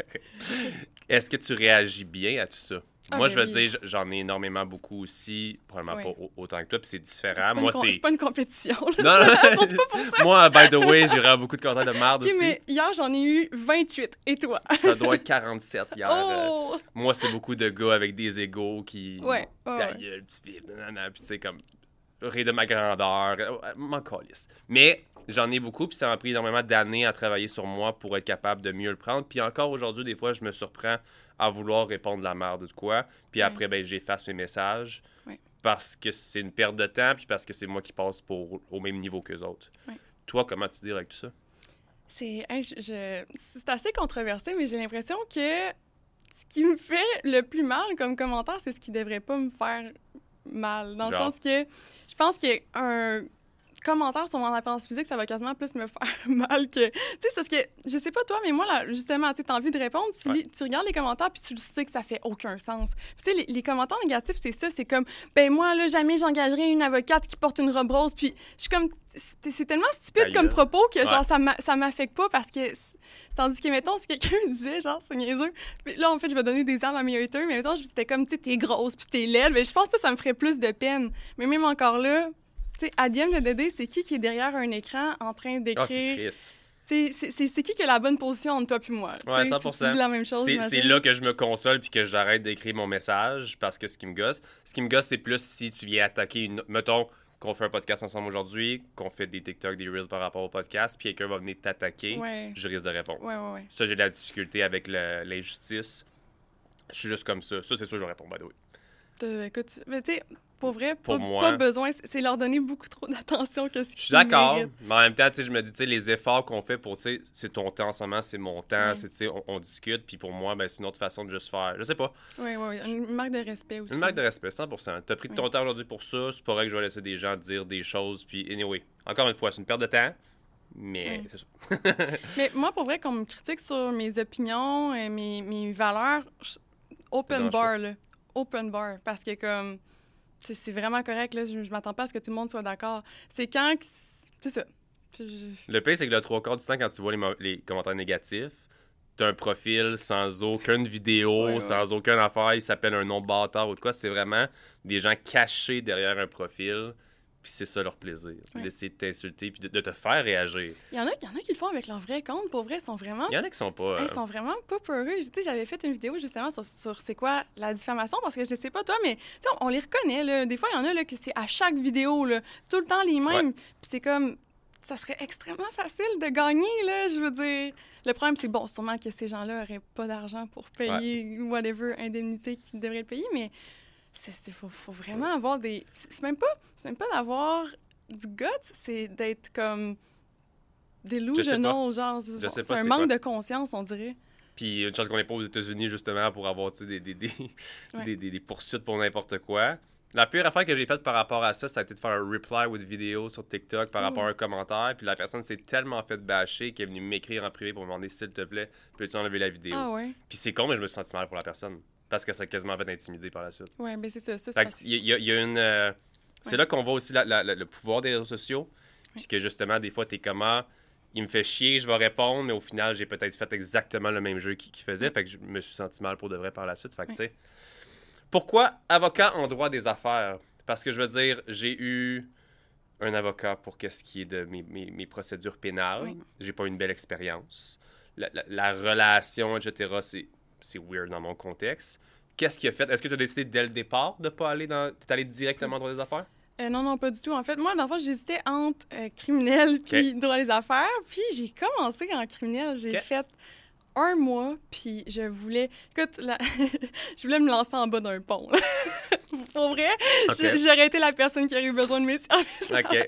est-ce que tu réagis bien à tout ça? Ah, Moi, ben je veux oui. dire, j- j'en ai énormément beaucoup aussi. Probablement Oui. pas au- autant que toi, puis c'est C'est différent. pas, Moi, une com- c'est... c'est pas une compétition. Là. Non, non, Surtout pas pour ça. Moi, by the way, j'ai vraiment beaucoup de commentaires de merde OK, aussi. mais hier, j'en ai eu vingt-huit. Et toi? Ça doit être quarante-sept hier. euh. Oh! Moi, c'est beaucoup de gars avec des égos qui... Ouais, ouais, Ta ouais. gueule, tu vis, nanana, puis tu sais, comme... Rire de ma grandeur, euh, m'en calisse. Mais j'en ai beaucoup, puis ça m'a pris énormément d'années à travailler sur moi pour être capable de mieux le prendre. Puis encore aujourd'hui, des fois, je me surprends à vouloir répondre la merde ou de quoi. Puis Ouais. après, ben, j'efface mes messages Ouais. parce que c'est une perte de temps, puis parce que c'est moi qui passe pour, au même niveau qu'eux autres. Ouais. Toi, comment tu dis avec tout ça? C'est hey, je- je- c'est assez controversé, mais j'ai l'impression que ce qui me fait le plus mal comme commentaire, c'est ce qui devrait pas me faire mal. Dans Genre? le sens que je pense qu'un commentaire sur mon apparence physique, ça va quasiment plus me faire mal que... Tu sais, c'est parce que, je sais pas toi, mais moi, là, justement, tu as envie de répondre, tu, Ouais. lis, tu regardes les commentaires, puis tu le sais que ça fait aucun sens. Tu sais, les, les commentaires négatifs, c'est ça, c'est comme, ben moi, là, jamais j'engagerai une avocate qui porte une robe rose, puis je suis comme... C'est, c'est tellement stupide Aïe, comme là. propos que, genre, Ouais. ça, m'a, ça m'affecte pas parce que... Tandis que, mettons, si quelqu'un me disait, genre, c'est niaiseux, puis là, en fait, je vais donner des armes à mes haters, mais mettons, c'était comme, tu sais, t'es grosse, puis t'es laide, mais je pense que ça, ça me ferait plus de peine. Mais même encore là... Tu sais, à D M de Dédé, c'est qui qui est derrière un écran en train d'écrire... Ah, c'est triste. Tu sais, c'est, c'est, c'est qui qui a la bonne position entre toi puis moi? Ouais, Tu sais, cent pour cent. Si tu dis la même chose, C'est, j'imagine. c'est là que je me console puis que j'arrête d'écrire mon message parce que ce qui me gosse, ce qui me gosse, c'est plus si tu viens attaquer une... Mettons qu'on fait un podcast ensemble aujourd'hui, qu'on fait des TikTok, des Reels par rapport au podcast, puis quelqu'un va venir t'attaquer, Ouais. je risque de répondre. Ouais, ouais, ouais. Ça, j'ai de la difficulté avec le- l'injustice. Je suis juste comme ça. Ça, c'est sûr, je réponds, by the way. Euh, écoute, mais tu sais, pour vrai, Pour pas, moi- pas besoin. C'est c'est leur donner beaucoup trop d'attention que ce Je suis qu'ils d'accord, méritent. mais en même temps, tu sais, je me dis, tu sais, les efforts qu'on fait pour, tu sais, c'est ton temps en ce moment, c'est mon temps, Ouais. c'est, tu sais, on, on discute, puis pour moi, ben, c'est une autre façon de juste faire, je sais pas, Oui, oui, oui. Une marque de respect aussi. une marque de respect, cent pour cent. T'as pris de ton Ouais. temps aujourd'hui pour ça, c'est pas vrai que je vais laisser des gens dire des choses, puis anyway, encore une fois, c'est une perte de temps, mais Ouais. c'est ça. Mais moi, pour vrai, qu'on me critique sur mes opinions, et mes, mes valeurs, je- open dérange bar, là. Open bar. Parce que, comme, tu sais, c'est vraiment correct, là. Je, je m'attends pas à ce que tout le monde soit d'accord. C'est quand. que c'est ça. Je- je- Le pire, c'est que le trois quarts du temps, quand tu vois les, mo- les commentaires négatifs, t'as un profil sans aucune vidéo, Ouais, ouais. sans aucune affaire, il s'appelle un nom de bâtard ou de quoi. C'est vraiment des gens cachés derrière un profil, puis c'est ça leur plaisir. Ouais. D'essayer de t'insulter puis de, de te faire réagir. Il y en a, il y en a qui le font avec leur vrai compte. Pour vrai, ils sont vraiment... Il y en a qui sont pas... Ils euh, sont vraiment pas peureux. Tu sais, j'avais fait une vidéo justement sur, sur c'est quoi la diffamation parce que je sais pas toi, mais tu sais, on, on les reconnaît. Là. Des fois, il y en a là, que c'est à chaque vidéo, là, tout le temps les mêmes. Puis c'est comme, ça serait extrêmement facile de gagner, là, je veux dire. Le problème, c'est bon, sûrement que ces gens-là auraient pas d'argent pour payer whatever indemnité qu'ils devraient payer, mais c'est, c'est faut, faut vraiment avoir des. C'est c'est même pas, c'est même pas d'avoir du guts, c'est d'être comme delusional, genre. C'est, Je sais c'est pas un c'est manque quoi. de conscience, on dirait. Puis une chance qu'on n'est pas aux États-Unis, justement, pour avoir, tu sais, des, des, des, Ouais. des, des- des poursuites pour n'importe quoi. La pire affaire que j'ai faite par rapport à ça, ça a été de faire un reply with vidéo sur TikTok par Oh. rapport à un commentaire. Puis la personne s'est tellement fait bâcher qu'elle est venue m'écrire en privé pour me demander, s'il te plaît, peux-tu enlever la vidéo? Ah ouais? Puis c'est con, mais je me suis senti mal pour la personne. Parce qu'elle s'est quasiment fait intimider par la suite. Ouais, ben c'est ça. ça c'est Fait parce- qu'il y, a- il y a une... euh, c'est Ouais. là qu'on voit aussi la- la- la- le pouvoir des réseaux sociaux. Puis que justement, des fois, t'es comment... Il me fait chier, je vais répondre, mais au final, j'ai peut-être fait exactement le même jeu qu'il qu'il faisait. Ouais. Fait que je me suis senti mal pour de vrai par la suite. Fait que, Ouais. tu sais... Pourquoi avocat en droit des affaires? Parce que je veux dire, j'ai eu un avocat pour qu'est-ce qui est de mes, mes- mes procédures pénales. Oui. J'ai pas eu une belle expérience. La, la- la relation, et cetera, c'est, c'est weird dans mon contexte. Qu'est-ce qu'il a fait? Est-ce que tu as décidé dès le départ de pas aller dans... T'es allé directement dans les affaires? Euh, non, non, pas du tout. En fait, moi, dans le fond, j'hésitais entre euh, criminel puis droit des affaires. Puis j'ai commencé en criminel. J'ai Ok. fait un mois, puis je voulais... Écoute, la- je voulais me lancer en bas d'un pont. là. Pour vrai, OK. je- j'aurais été la personne qui aurait eu besoin de mes services. OK.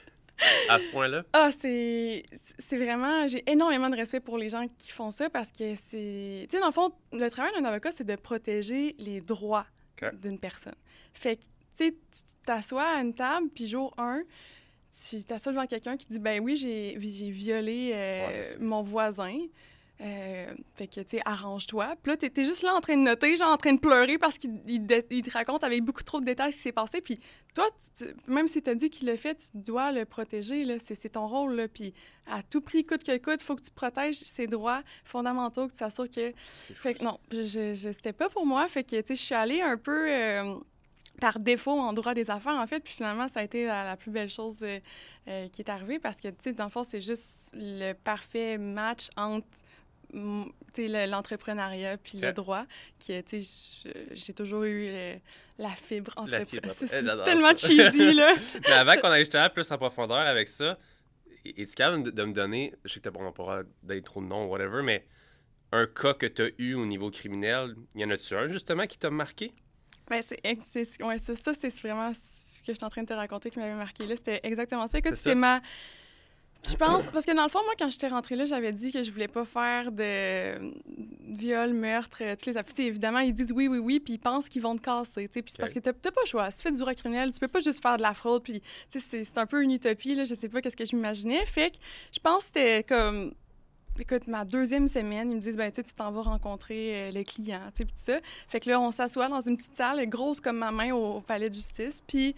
À ce point-là? Ah, c'est c'est vraiment... J'ai énormément de respect pour les gens qui font ça parce que c'est... Tu sais, dans le fond, le travail d'un avocat, c'est de protéger les droits OK. d'une personne. Fait que, tu sais, tu t'assois à une table, puis jour un, tu t'assois devant quelqu'un qui dit « Ben oui, j'ai j'ai violé euh, Ouais, c'est- mon voisin. Euh, fait que, tu sais, arrange-toi. » Puis là, t'es t'es juste là en train de noter, genre en train de pleurer parce qu'il il dé- il te raconte avec beaucoup trop de détails ce qui s'est passé. Puis toi, tu- tu- même si t'as dit qu'il le fait, tu dois le protéger, là. C'est c'est ton rôle, là. Puis à tout prix, coûte que coûte, faut que tu protèges ses droits fondamentaux, que tu t'assures que... C'est fou. Fait que non, je, je, je- c'était pas pour moi. Fait que, tu sais, je suis allée un peu euh, par défaut en droit des affaires, en fait. Puis finalement, ça a été la, la plus belle chose euh, euh, qui est arrivée parce que, tu sais, dans le fond, c'est juste le parfait match entre mm, tu sais, le- l'entrepreneuriat puis Ok. le droit. Qui, tu sais, je- j'ai toujours eu euh, la fibre La entrepreneuriale. fibre, C'est eh, c'est j'adore tellement ça. cheesy, là. Mais avant qu'on aille justement plus en profondeur avec ça, es-tu capable de, de me donner, je sais que t'as pas pas d'être trop de nom, whatever, mais un cas que tu as eu au niveau criminel, y en a-tu un justement qui t'a marqué? Ben, c'est, ex- c'est, ouais, c'est ça, c'est vraiment ce que je suis en train de te raconter qui m'avait marqué là. C'était exactement ça. Écoute, C'est c'était ça. ma... Je pense... Parce que dans le fond, moi, quand j'étais rentrée là, j'avais dit que je voulais pas faire de, viol, meurtre, euh, toutes les affaires. Évidemment, ils disent oui, oui, oui, puis ils pensent qu'ils vont te casser. Puis c'est okay. Parce que t'as, t'as pas le choix. Si tu fais du droit criminel, tu peux pas juste faire de la fraude. Puis c'est, c'est un peu une utopie. Là, je sais pas qu'est-ce que je m'imaginais. Fait que je pense que c'était comme... Écoute, ma deuxième semaine, ils me disent, ben tu sais, tu t'en vas rencontrer euh, le client, tu sais, puis tout ça. Fait que là, on s'assoit dans une petite salle, grosse comme ma main au, au palais de justice. Puis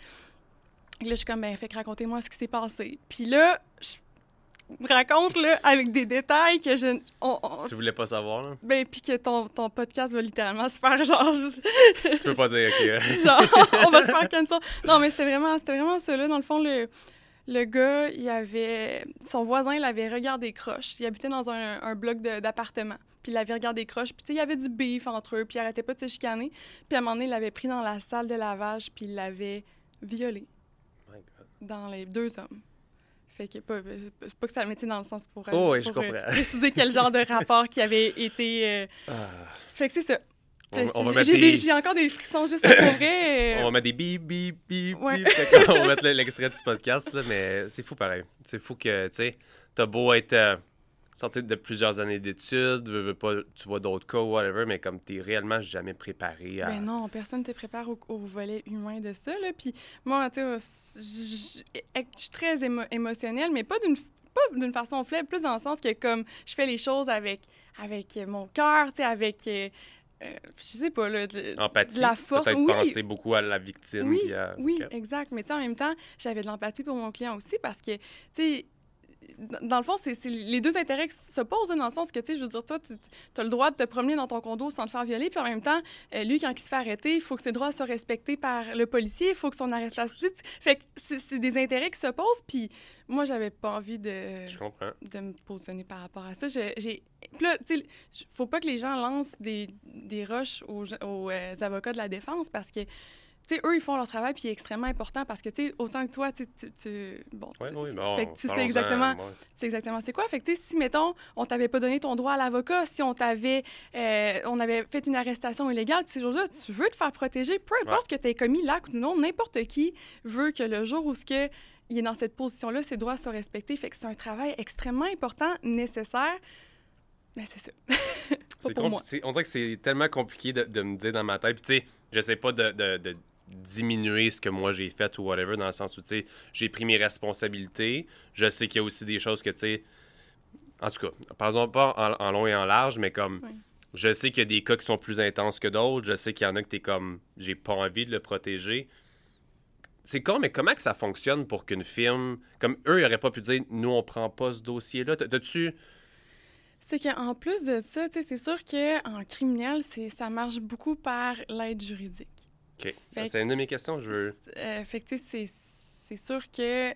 là, je suis comme, ben, fait que racontez-moi ce qui s'est passé. Puis là, je me raconte, là, avec des détails que je... On, on, tu voulais pas savoir, là? Ben, puis que ton, ton podcast va littéralement se faire, genre... Je... Tu peux pas dire, OK. Genre, on va se faire cancel. Non, mais c'était vraiment, c'était vraiment ça, là. Dans le fond, le... Le gars, il avait... Son voisin l'avait regardé croche. Il habitait dans un, un bloc de, d'appartements. Puis il l'avait regardé croche. Puis tu sais, il y avait du beef entre eux. Puis il arrêtait pas de se chicaner. Puis à un moment donné, il l'avait pris dans la salle de lavage. Puis il l'avait violé. My God. Dans les deux hommes. Fait que pas, c'est pas que ça le mettait dans le sens pour, oh, oui, pour je comprends. Euh, préciser quel genre de rapport qui avait été... Euh... Ah. Fait que c'est ça. On, on va j'ai, des... des, j'ai encore des frissons juste pour vrai. On va mettre des bip, bip, bip, ouais. bip. On va mettre l'extrait du podcast, là, mais c'est fou pareil. C'est fou que, tu sais, t'as beau être euh, sorti de plusieurs années d'études, veux, veux pas, tu vois d'autres cas, whatever, mais comme t'es réellement jamais préparé à... Ben non, personne ne te prépare au, au volet humain de ça, là. Puis moi, tu sais, je suis très émo- émotionnelle, mais pas d'une pas d'une façon faible, plus dans le sens que, comme, je fais les choses avec, avec mon cœur, tu sais, avec... Euh, Euh, je sais pas, là, de, empathie, de la force. peut-être oui. penser beaucoup à la victime. Oui, puis à... oui, okay. exact. Mais tu sais, en même temps, j'avais de l'empathie pour mon client aussi parce que, tu sais, dans le fond, c'est, c'est les deux intérêts qui s'opposent, dans le sens que, tu sais, je veux dire, toi, tu as le droit de te promener dans ton condo sans te faire violer, puis en même temps, euh, lui, quand il se fait arrêter, il faut que ses droits soient respectés par le policier, il faut que son arrestation... Fait que c'est, c'est des intérêts qui s'opposent, puis moi, j'avais pas envie de, je comprends. de me positionner par rapport à ça. Je, j'ai... Puis là, tu sais, faut pas que les gens lancent des, des roches aux, aux euh, avocats de la défense, parce que tu sais, eux, ils font leur travail, puis il est extrêmement important parce que, tu sais, autant que toi, tu... tu, tu bon, oui, tu, oui, bon, fait que tu sais exactement, ouais. tu sais exactement c'est quoi. Fait que, tu sais, si, mettons, on t'avait pas donné ton droit à l'avocat, si on t'avait... Euh, on avait fait une arrestation illégale, ces choses-là, tu veux te faire protéger, peu importe ouais. que tu aies commis l'acte ou non, n'importe qui veut que le jour où ce que il est dans cette position-là, ses droits soient respectés. Fait que c'est un travail extrêmement important, nécessaire. Ben, c'est ça. c'est compl- c'est, on dirait que c'est tellement compliqué de, de me dire dans ma tête. Puis, tu sais, je sais pas de... de, de diminuer ce que moi j'ai fait ou whatever, dans le sens où, tu sais, j'ai pris mes responsabilités. Je sais qu'il y a aussi des choses que, tu sais, en tout cas, parlons pas en, en long et en large, mais comme, oui. je sais qu'il y a des cas qui sont plus intenses que d'autres. Je sais qu'il y en a que t'es comme, j'ai pas envie de le protéger. C'est con, mais comment que ça fonctionne pour qu'une firme, comme eux, ils auraient pas pu dire, nous, on prend pas ce dossier-là. T'as-tu... C'est qu'en plus de ça, tu sais, c'est sûr qu'en criminel, c'est, ça marche beaucoup par l'aide juridique. OK. Fait c'est une de mes questions, je veux... Euh, fait que, tu sais, c'est, c'est sûr que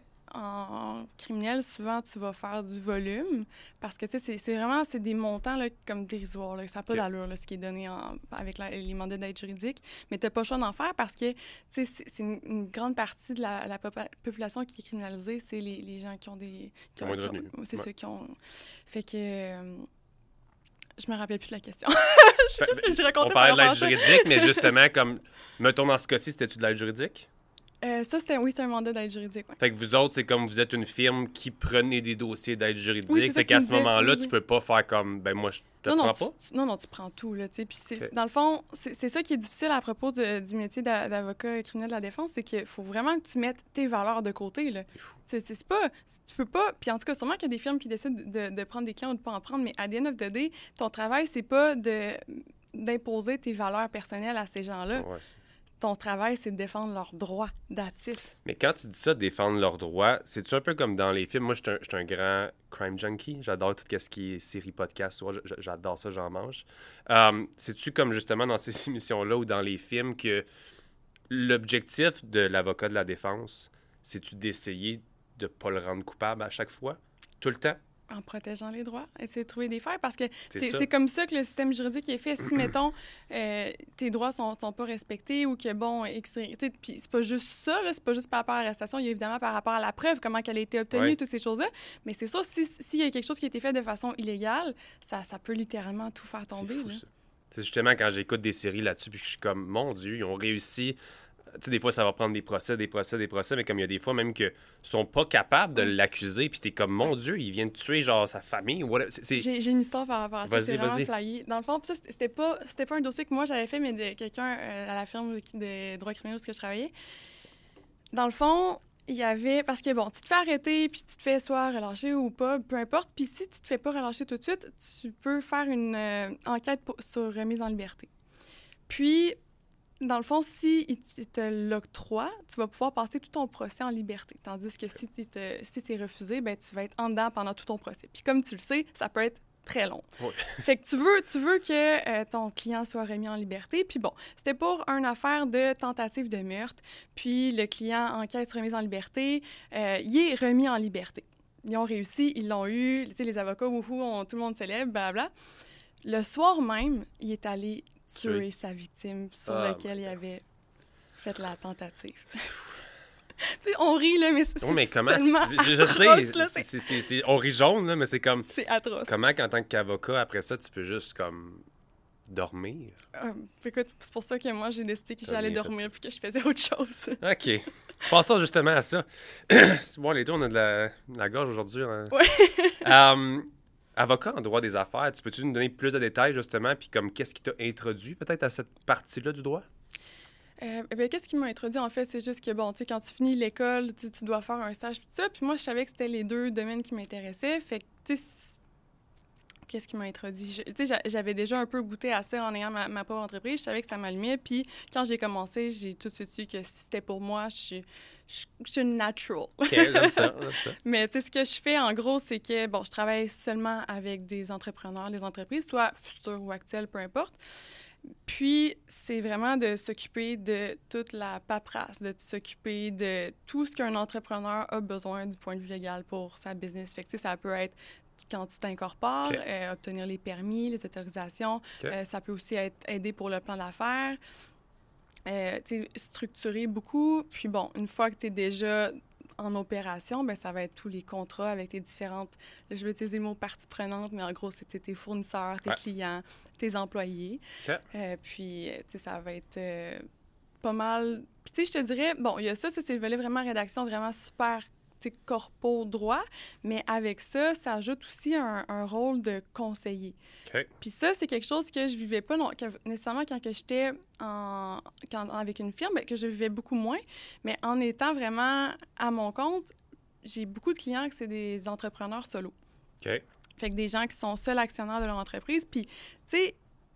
en criminel, souvent, tu vas faire du volume parce que, tu sais, c'est, c'est vraiment, c'est des montants, là, comme dérisoires, là. Ça n'a pas okay. d'allure, là, ce qui est donné en, avec la, les mandats d'aide juridique, mais tu n'as pas le choix d'en faire parce que, tu sais, c'est, c'est une, une grande partie de la, la popa- population qui est criminalisée, c'est les, les gens qui ont des... Qui ont, moins de revenus. Qui ont, c'est ouais. ceux qui ont... Fait que... Euh, je me rappelle plus de la question. je sais fait, ce que je racontais. On parlait de l'aide juridique, mais justement, comme, mettons dans ce cas-ci, c'était-tu de l'aide juridique? Euh, ça, c'était, oui, c'est un mandat d'aide juridique. Ouais. Fait que vous autres, c'est comme vous êtes une firme qui prenez des dossiers d'aide juridique. Oui, fait qu'à ce disais, moment-là, oui, tu peux pas faire comme, ben moi, je te non, prends non, pas? Tu, non, non, tu prends tout, là, tu sais. Puis c'est, okay. dans le fond, c'est, c'est ça qui est difficile à propos de, du métier d'a, d'avocat criminel de la défense, c'est qu'il faut vraiment que tu mettes tes valeurs de côté, là. C'est fou. C'est, c'est, c'est pas... Tu peux pas... Puis en tout cas, sûrement qu'il y a des firmes qui décident de, de prendre des clients ou de pas en prendre, mais à the end of the day, ton travail, c'est pas de, d'imposer tes valeurs personnelles à ces gens-là. Ouais, ton travail, c'est de défendre leurs droits, that's it. Mais quand tu dis ça, défendre leurs droits, c'est-tu un peu comme dans les films? Moi, je suis un, un grand crime junkie. J'adore tout ce qui est série, podcast. J'adore ça, j'en mange. Um, c'est-tu comme justement dans ces émissions-là ou dans les films que l'objectif de l'avocat de la défense, c'est-tu d'essayer de ne pas le rendre coupable à chaque fois? Tout le temps? En protégeant les droits, essayer de trouver des failles, parce que c'est, c'est, c'est comme ça que le système juridique est fait. Si, mettons, euh, tes droits sont, sont pas respectés ou que, bon, puis c'est pas juste ça, là, c'est pas juste par rapport à l'arrestation, il y a évidemment par rapport à la preuve, comment elle a été obtenue, ouais. toutes ces choses-là, mais c'est sûr, s'il si y a quelque chose qui a été fait de façon illégale, ça, ça peut littéralement tout faire tomber. C'est fou, là. ça. C'est justement quand j'écoute des séries là-dessus, puis je suis comme, mon Dieu, ils ont réussi Tu sais, des fois, ça va prendre des procès, des procès, des procès, mais comme il y a des fois même que sont pas capables de l'accuser, puis t'es comme, mon Dieu, il vient de tuer, genre, sa famille. Ou whatever. C'est, c'est... J'ai, j'ai une histoire par rapport à ça, Vas-y, c'est vraiment vas-y. flyé. Dans le fond, ça, c'était pas, c'était pas un dossier que moi j'avais fait, mais de quelqu'un euh, à la firme de, de droit criminel où je travaillais. Dans le fond, il y avait... Parce que, bon, tu te fais arrêter, puis tu te fais soit relâcher ou pas, peu importe. Puis si tu te fais pas relâcher tout de suite, tu peux faire une euh, enquête pour, sur remise en liberté. Puis, dans le fond, si il te l'octroie, tu vas pouvoir passer tout ton procès en liberté. Tandis que si, te, si c'est refusé, ben tu vas être en dedans pendant tout ton procès. Puis comme tu le sais, ça peut être très long. Oui. Fait que tu veux, tu veux que euh, ton client soit remis en liberté. Puis bon, c'était pour une affaire de tentative de meurtre. Puis le client enquête remise en liberté, euh, il est remis en liberté. Ils ont réussi, ils l'ont eu. Tu sais, les avocats, wouhou, on, tout le monde célèbre, blablabla. Le soir même, il est allé tuer oui. sa victime sur ah, laquelle il avait fait la tentative. Tu sais, on rit, là, mais c'est, oh, mais comment tu... je, je atroce, sais, là, c'est, c'est, c'est, c'est, on rit jaune, là, mais c'est comme... C'est atroce. Comment, qu'en tant qu'avocat, après ça, tu peux juste, comme, dormir? Euh, écoute, c'est pour ça que moi, j'ai décidé que T'as j'allais dormir puis que je faisais autre chose. OK. Passons justement à ça. Bon, les deux, on a de la, de la gorge aujourd'hui. Hein? Oui. um, Avocat en droit des affaires, tu peux-tu nous donner plus de détails, justement, puis comme qu'est-ce qui t'a introduit peut-être à cette partie-là du droit? Euh, eh bien, qu'est-ce qui m'a introduit, en fait, c'est juste que, bon, tu sais, quand tu finis l'école, tu dois faire un stage, tout ça, puis moi, je savais que c'était les deux domaines qui m'intéressaient, fait que, tu sais, qu'est-ce qui m'a introduit? Tu sais, j'avais déjà un peu goûté à ça en ayant ma, ma propre entreprise, je savais que ça m'allumait, puis quand j'ai commencé, j'ai tout de suite su que si c'était pour moi, je suis... Je, je suis une natural. OK, j'aime ça, j'aime ça. Mais tu sais, ce que je fais, en gros, c'est que, bon, je travaille seulement avec des entrepreneurs, des entreprises, soit futures ou actuelles, peu importe. Puis, c'est vraiment de s'occuper de toute la paperasse, de s'occuper de tout ce qu'un entrepreneur a besoin du point de vue légal pour sa business. Fait que, tu sais, ça peut être quand tu t'incorpores, okay. euh, obtenir les permis, les autorisations. Okay. Euh, ça peut aussi être aider pour le plan d'affaires. Euh, structurer beaucoup. Puis bon, une fois que tu es déjà en opération, ben ça va être tous les contrats avec tes différentes... Là, je vais utiliser le mot parties prenantes, mais en gros, c'est tes fournisseurs, tes ouais. clients, tes employés. Okay. Euh, puis, tu sais, ça va être euh, pas mal... Puis, tu sais, je te dirais, bon, il y a ça, ça, c'est le volet vraiment rédaction, vraiment super... corpo droit, mais avec ça, ça ajoute aussi un, un rôle de conseiller. Okay. Puis ça, c'est quelque chose que je vivais pas non, que, nécessairement quand que j'étais en, quand, avec une firme, que je vivais beaucoup moins, mais en étant vraiment à mon compte, j'ai beaucoup de clients que c'est des entrepreneurs solo. Okay. Fait que des gens qui sont seuls actionnaires de leur entreprise. Puis, tu sais,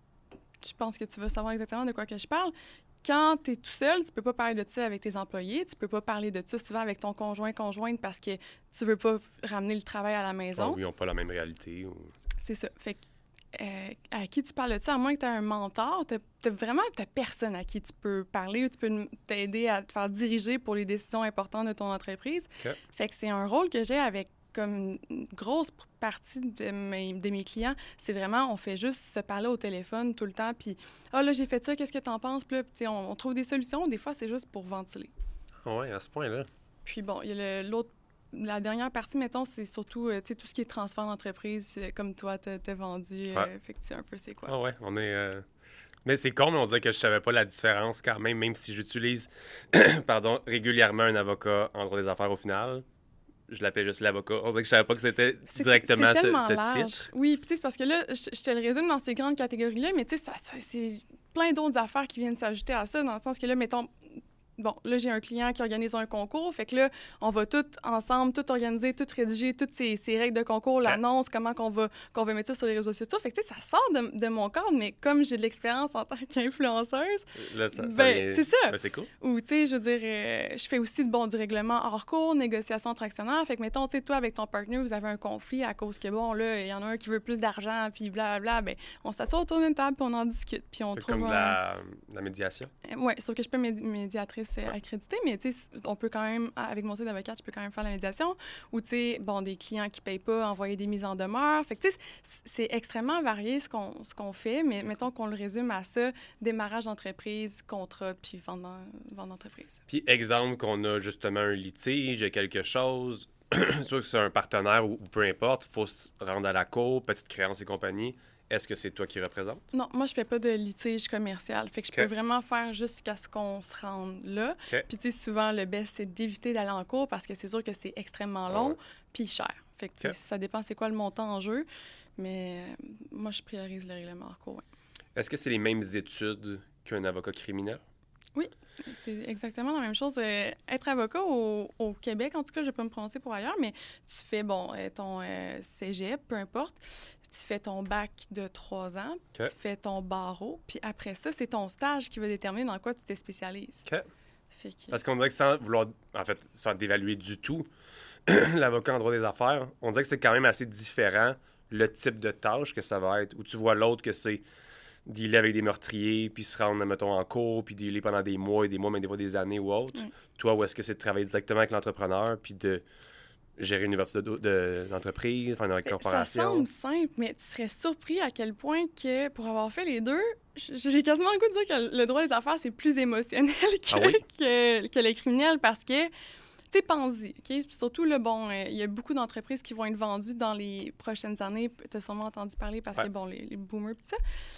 je pense que tu vas savoir exactement de quoi que je parle. Quand tu es tout seul, tu peux pas parler de ça avec tes employés, tu peux pas parler de ça souvent avec ton conjoint, conjointe parce que tu veux pas ramener le travail à la maison. Oh, ils n'ont pas la même réalité. Ou... C'est ça. Fait que, euh, à qui tu parles de ça, à moins que tu aies un mentor, tu n'as vraiment t'as personne à qui tu peux parler ou tu peux t'aider à te faire diriger pour les décisions importantes de ton entreprise. Okay. Fait que c'est un rôle que j'ai avec comme une grosse partie de mes, de mes clients, c'est vraiment, on fait juste se parler au téléphone tout le temps, puis « Ah, oh, là, j'ai fait ça, qu'est-ce que t'en penses? » Puis là, on, on trouve des solutions. Des fois, c'est juste pour ventiler. Ah oui, à ce point-là. Puis bon, il y a le, l'autre... La dernière partie, mettons, c'est surtout, euh, tu sais, tout ce qui est transfert d'entreprise, euh, comme toi, t'as, t'as vendu. Euh, ouais. Fait que tu sais un peu c'est quoi. Ah ouais, on est... Euh... Mais c'est con, mais on dirait que je savais pas la différence quand même, même si j'utilise, pardon, régulièrement un avocat en droit des affaires au final. Je l'appelais juste l'avocat. On dirait que je savais pas que c'était c'est, directement c'est ce, ce large. titre. Oui, puis tu sais, c'est parce que là, je, je te le résume dans ces grandes catégories-là, mais tu sais, ça, ça, c'est plein d'autres affaires qui viennent s'ajouter à ça, dans le sens que là, mettons, bon, là, j'ai un client qui organise un concours, fait que là, on va tout ensemble, tout organiser, tout rédiger, toutes ces, ces règles de concours, okay. l'annonce, comment qu'on va, qu'on va mettre ça sur les réseaux sociaux. Fait que, tu sais, ça sort de, de mon cadre, mais comme j'ai de l'expérience en tant qu'influenceuse, là, ça, ben, ça vient... c'est ça. Ben, c'est cool. Ou, tu sais, je veux dire, euh, je fais aussi, bon, du règlement hors cours, négociation entre actionnaires. Fait que, mettons, tu sais, toi, avec ton partenaire, vous avez un conflit à cause que, bon, là, il y en a un qui veut plus d'argent, puis blablabla, ben on s'assoit autour d'une table, puis on en discute, puis on fait trouve comme de un... la, la médiation. Euh, oui, sauf que je suis pas médi- médiatrice euh, ouais. accréditée, mais tu sais, on peut quand même, avec mon site d'avocate, je peux quand même faire la médiation. Ou, tu sais, bon, des clients qui ne payent pas, envoyer des mises en demeure. Fait que, tu sais, c'est extrêmement varié ce qu'on, ce qu'on fait, mais mettons qu'on le résume à ça, démarrage d'entreprise, contrat, puis vente, vente d'entreprise. Puis, exemple qu'on a justement un litige, quelque chose, soit que c'est un partenaire ou, ou peu importe, il faut se rendre à la cour, petite créance et compagnie. Est-ce que c'est toi qui représente? Non, moi, je fais pas de litige commercial. Fait que je Okay. peux vraiment faire jusqu'à ce qu'on se rende là. Okay. Puis, tu sais, souvent, le best, c'est d'éviter d'aller en cours parce que c'est sûr que c'est extrêmement long Ouais. puis cher. Fait que, tu sais, Okay. ça dépend c'est quoi le montant en jeu. Mais euh, moi, je priorise le règlement en cours, ouais. Est-ce que c'est les mêmes études qu'un avocat criminel? Oui, c'est exactement la même chose. Euh, être avocat au, au Québec, en tout cas, je ne vais pas me prononcer pour ailleurs, mais tu fais, bon, euh, ton euh, cégep, peu importe. Tu fais ton bac de trois ans, Okay. tu fais ton barreau, puis après ça, c'est ton stage qui va déterminer dans quoi tu te spécialises. OK. Fait que... Parce qu'on dirait que sans vouloir, en fait, sans dévaluer du tout l'avocat en droit des affaires, on dirait que c'est quand même assez différent le type de tâche que ça va être. Où tu vois l'autre que c'est dealer avec des meurtriers, puis se rendre, mettons, en cours, puis dealer pendant des mois et des mois, mais des fois des années ou autres. Mm. Toi, où est-ce que c'est de travailler directement avec l'entrepreneur, puis de gérer une ouverture de, de, d'entreprise, enfin, une corporation? Ça semble simple, mais tu serais surpris à quel point que, pour avoir fait les deux, j'ai quasiment le goût de dire que le droit des affaires, c'est plus émotionnel que, Ah oui? que, que les criminels parce que, tu sais, pense-y, OK? Puis surtout, là, bon, il euh, y a beaucoup d'entreprises qui vont être vendues dans les prochaines années. Tu as sûrement entendu parler parce ouais. que, bon, les, les boomers, tout ça.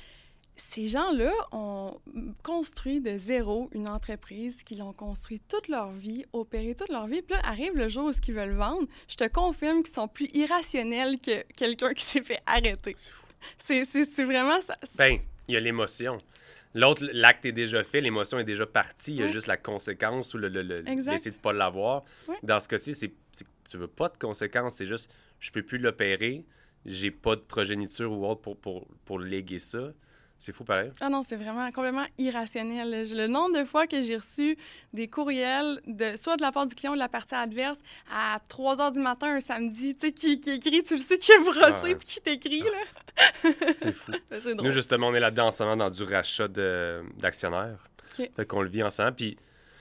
Ces gens-là ont construit de zéro une entreprise qu'ils ont construit toute leur vie, opéré toute leur vie. Puis là, arrive le jour où ils veulent vendre. Je te confirme qu'ils sont plus irrationnels que quelqu'un qui s'est fait arrêter. C'est fou. C'est, c'est, c'est vraiment ça. Ben, il y a l'émotion. L'autre, l'acte est déjà fait, l'émotion est déjà partie. Il y a Ouais. juste la conséquence ou le, le, le Exact. l'essayer de ne pas l'avoir. Ouais. Dans ce cas-ci, c'est, c'est que tu veux pas de conséquences. C'est juste, je peux plus l'opérer. J'ai pas de progéniture ou autre pour, pour, pour léguer ça. C'est fou pareil. Ah non, c'est vraiment complètement irrationnel. Le nombre de fois que j'ai reçu des courriels, de, soit de la part du client ou de la partie adverse, à trois heures du matin un samedi, tu sais, qui, qui écrit, tu le sais, qui est brossé Ah ouais. puis qui t'écrit, Ah, là. C'est fou. C'est drôle. Nous, justement, on est là-dedans en ce moment dans du rachat de, d'actionnaires. OK. Fait qu'on le vit ensemble. Puis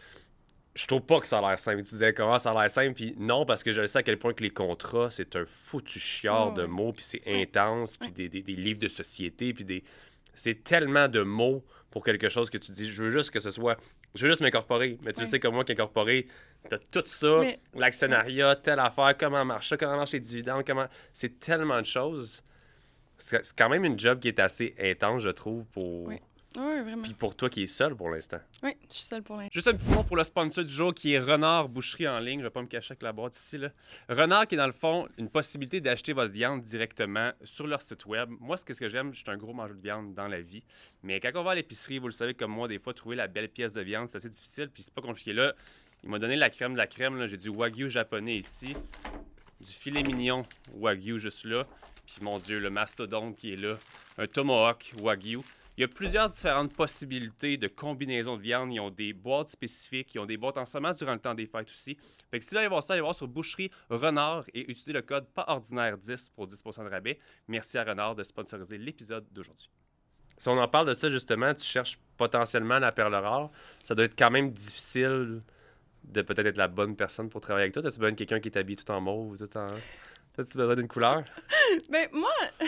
je trouve pas que ça a l'air simple. Tu disais comment ça a l'air simple. Puis non, parce que je sais à quel point que les contrats, c'est un foutu chiard Oh, de ouais. mots. Puis c'est Ouais. intense. Puis Ouais. des, des, des livres de société. Puis des... c'est tellement de mots pour quelque chose que tu dis, je veux juste que ce soit... Je veux juste m'incorporer. Mais tu Ouais. sais comme moi qu'incorporer, t'as tout ça, Mais- l'actionnariat, telle affaire, comment marche ça, comment marchent les dividendes, comment... C'est tellement de choses. C'est c'est quand même une job qui est assez intense, je trouve, pour... Oui. Oui, vraiment. Puis pour toi qui es seul pour l'instant. Oui, je suis seule pour l'instant. Juste un petit mot pour le sponsor du jour qui est Renard Boucherie en ligne. Je vais pas me cacher avec la boîte ici. Là. Renard qui est dans le fond une possibilité d'acheter votre viande directement sur leur site web. Moi, ce que ce que j'aime, je suis un gros mangeur de viande dans la vie. Mais quand on va à l'épicerie, vous le savez comme moi, des fois, trouver la belle pièce de viande, c'est assez difficile. Puis c'est pas compliqué. Là, il m'a donné la crème de la crème. Là. J'ai du Wagyu japonais ici. Du filet mignon Wagyu juste là. Puis mon Dieu, le mastodonte qui est là. Un tomahawk Wagyu. Il y a plusieurs différentes possibilités de combinaisons de viande. Ils ont des boîtes spécifiques, ils ont des boîtes en semence durant le temps des fêtes aussi. Fait que si vous allez voir ça, allez voir sur Boucherie Renard et utilisez le code pas ordinaire dix pour dix pour cent de rabais. Merci à Renard de sponsoriser l'épisode d'aujourd'hui. Si on en parle de ça, justement, tu cherches potentiellement la perle rare. Ça doit être quand même difficile de peut-être être la bonne personne pour travailler avec toi. As-tu besoin de quelqu'un qui est habillé tout en mauve, tout en... As-tu besoin d'une couleur? Ben, moi,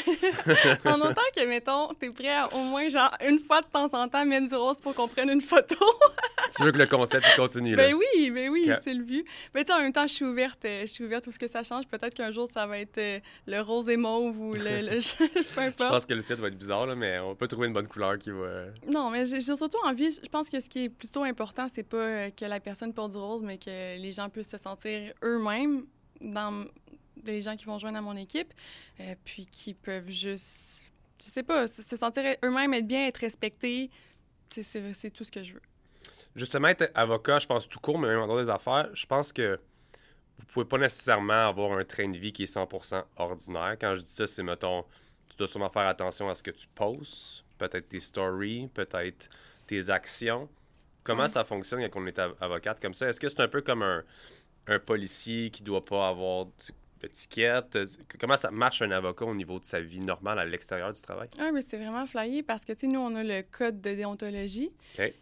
en autant que, mettons, t'es prêt à au moins, genre, une fois de temps en temps, mettre du rose pour qu'on prenne une photo. Tu veux que le concept il continue, là? Ben oui, ben oui, Okay. c'est le but. Mais tu sais, en même temps, je suis ouverte. euh, Je suis ouverte où ce que ça change. Peut-être qu'un jour, ça va être euh, le rose et mauve ou le... le peu Je importe. pense que le fit va être bizarre, là, mais on peut trouver une bonne couleur qui va... Non, mais j'ai j'ai surtout envie, je pense que ce qui est plutôt important, c'est pas euh, que la personne porte du rose, mais que les gens puissent se sentir eux-mêmes dans les gens qui vont joindre à mon équipe, euh, puis qui peuvent juste, je sais pas, se se sentir eux-mêmes, être bien, être respectés. C'est- C'est c'est tout ce que je veux. Justement, être avocat, je pense tout court, mais même en droit des affaires, je pense que vous pouvez pas nécessairement avoir un train de vie qui est cent pour cent ordinaire. Quand je dis ça, c'est, mettons, tu dois sûrement faire attention à ce que tu postes, peut-être tes stories, peut-être tes actions. Comment Ouais. ça fonctionne quand on est av- avocate comme ça? Est-ce que c'est un peu comme un, un policier qui doit pas avoir d'étiquette? Comment ça marche un avocat au niveau de sa vie normale à l'extérieur du travail? Ah, mais c'est vraiment flyé parce que, tu sais, nous, on a le code de déontologie. OK.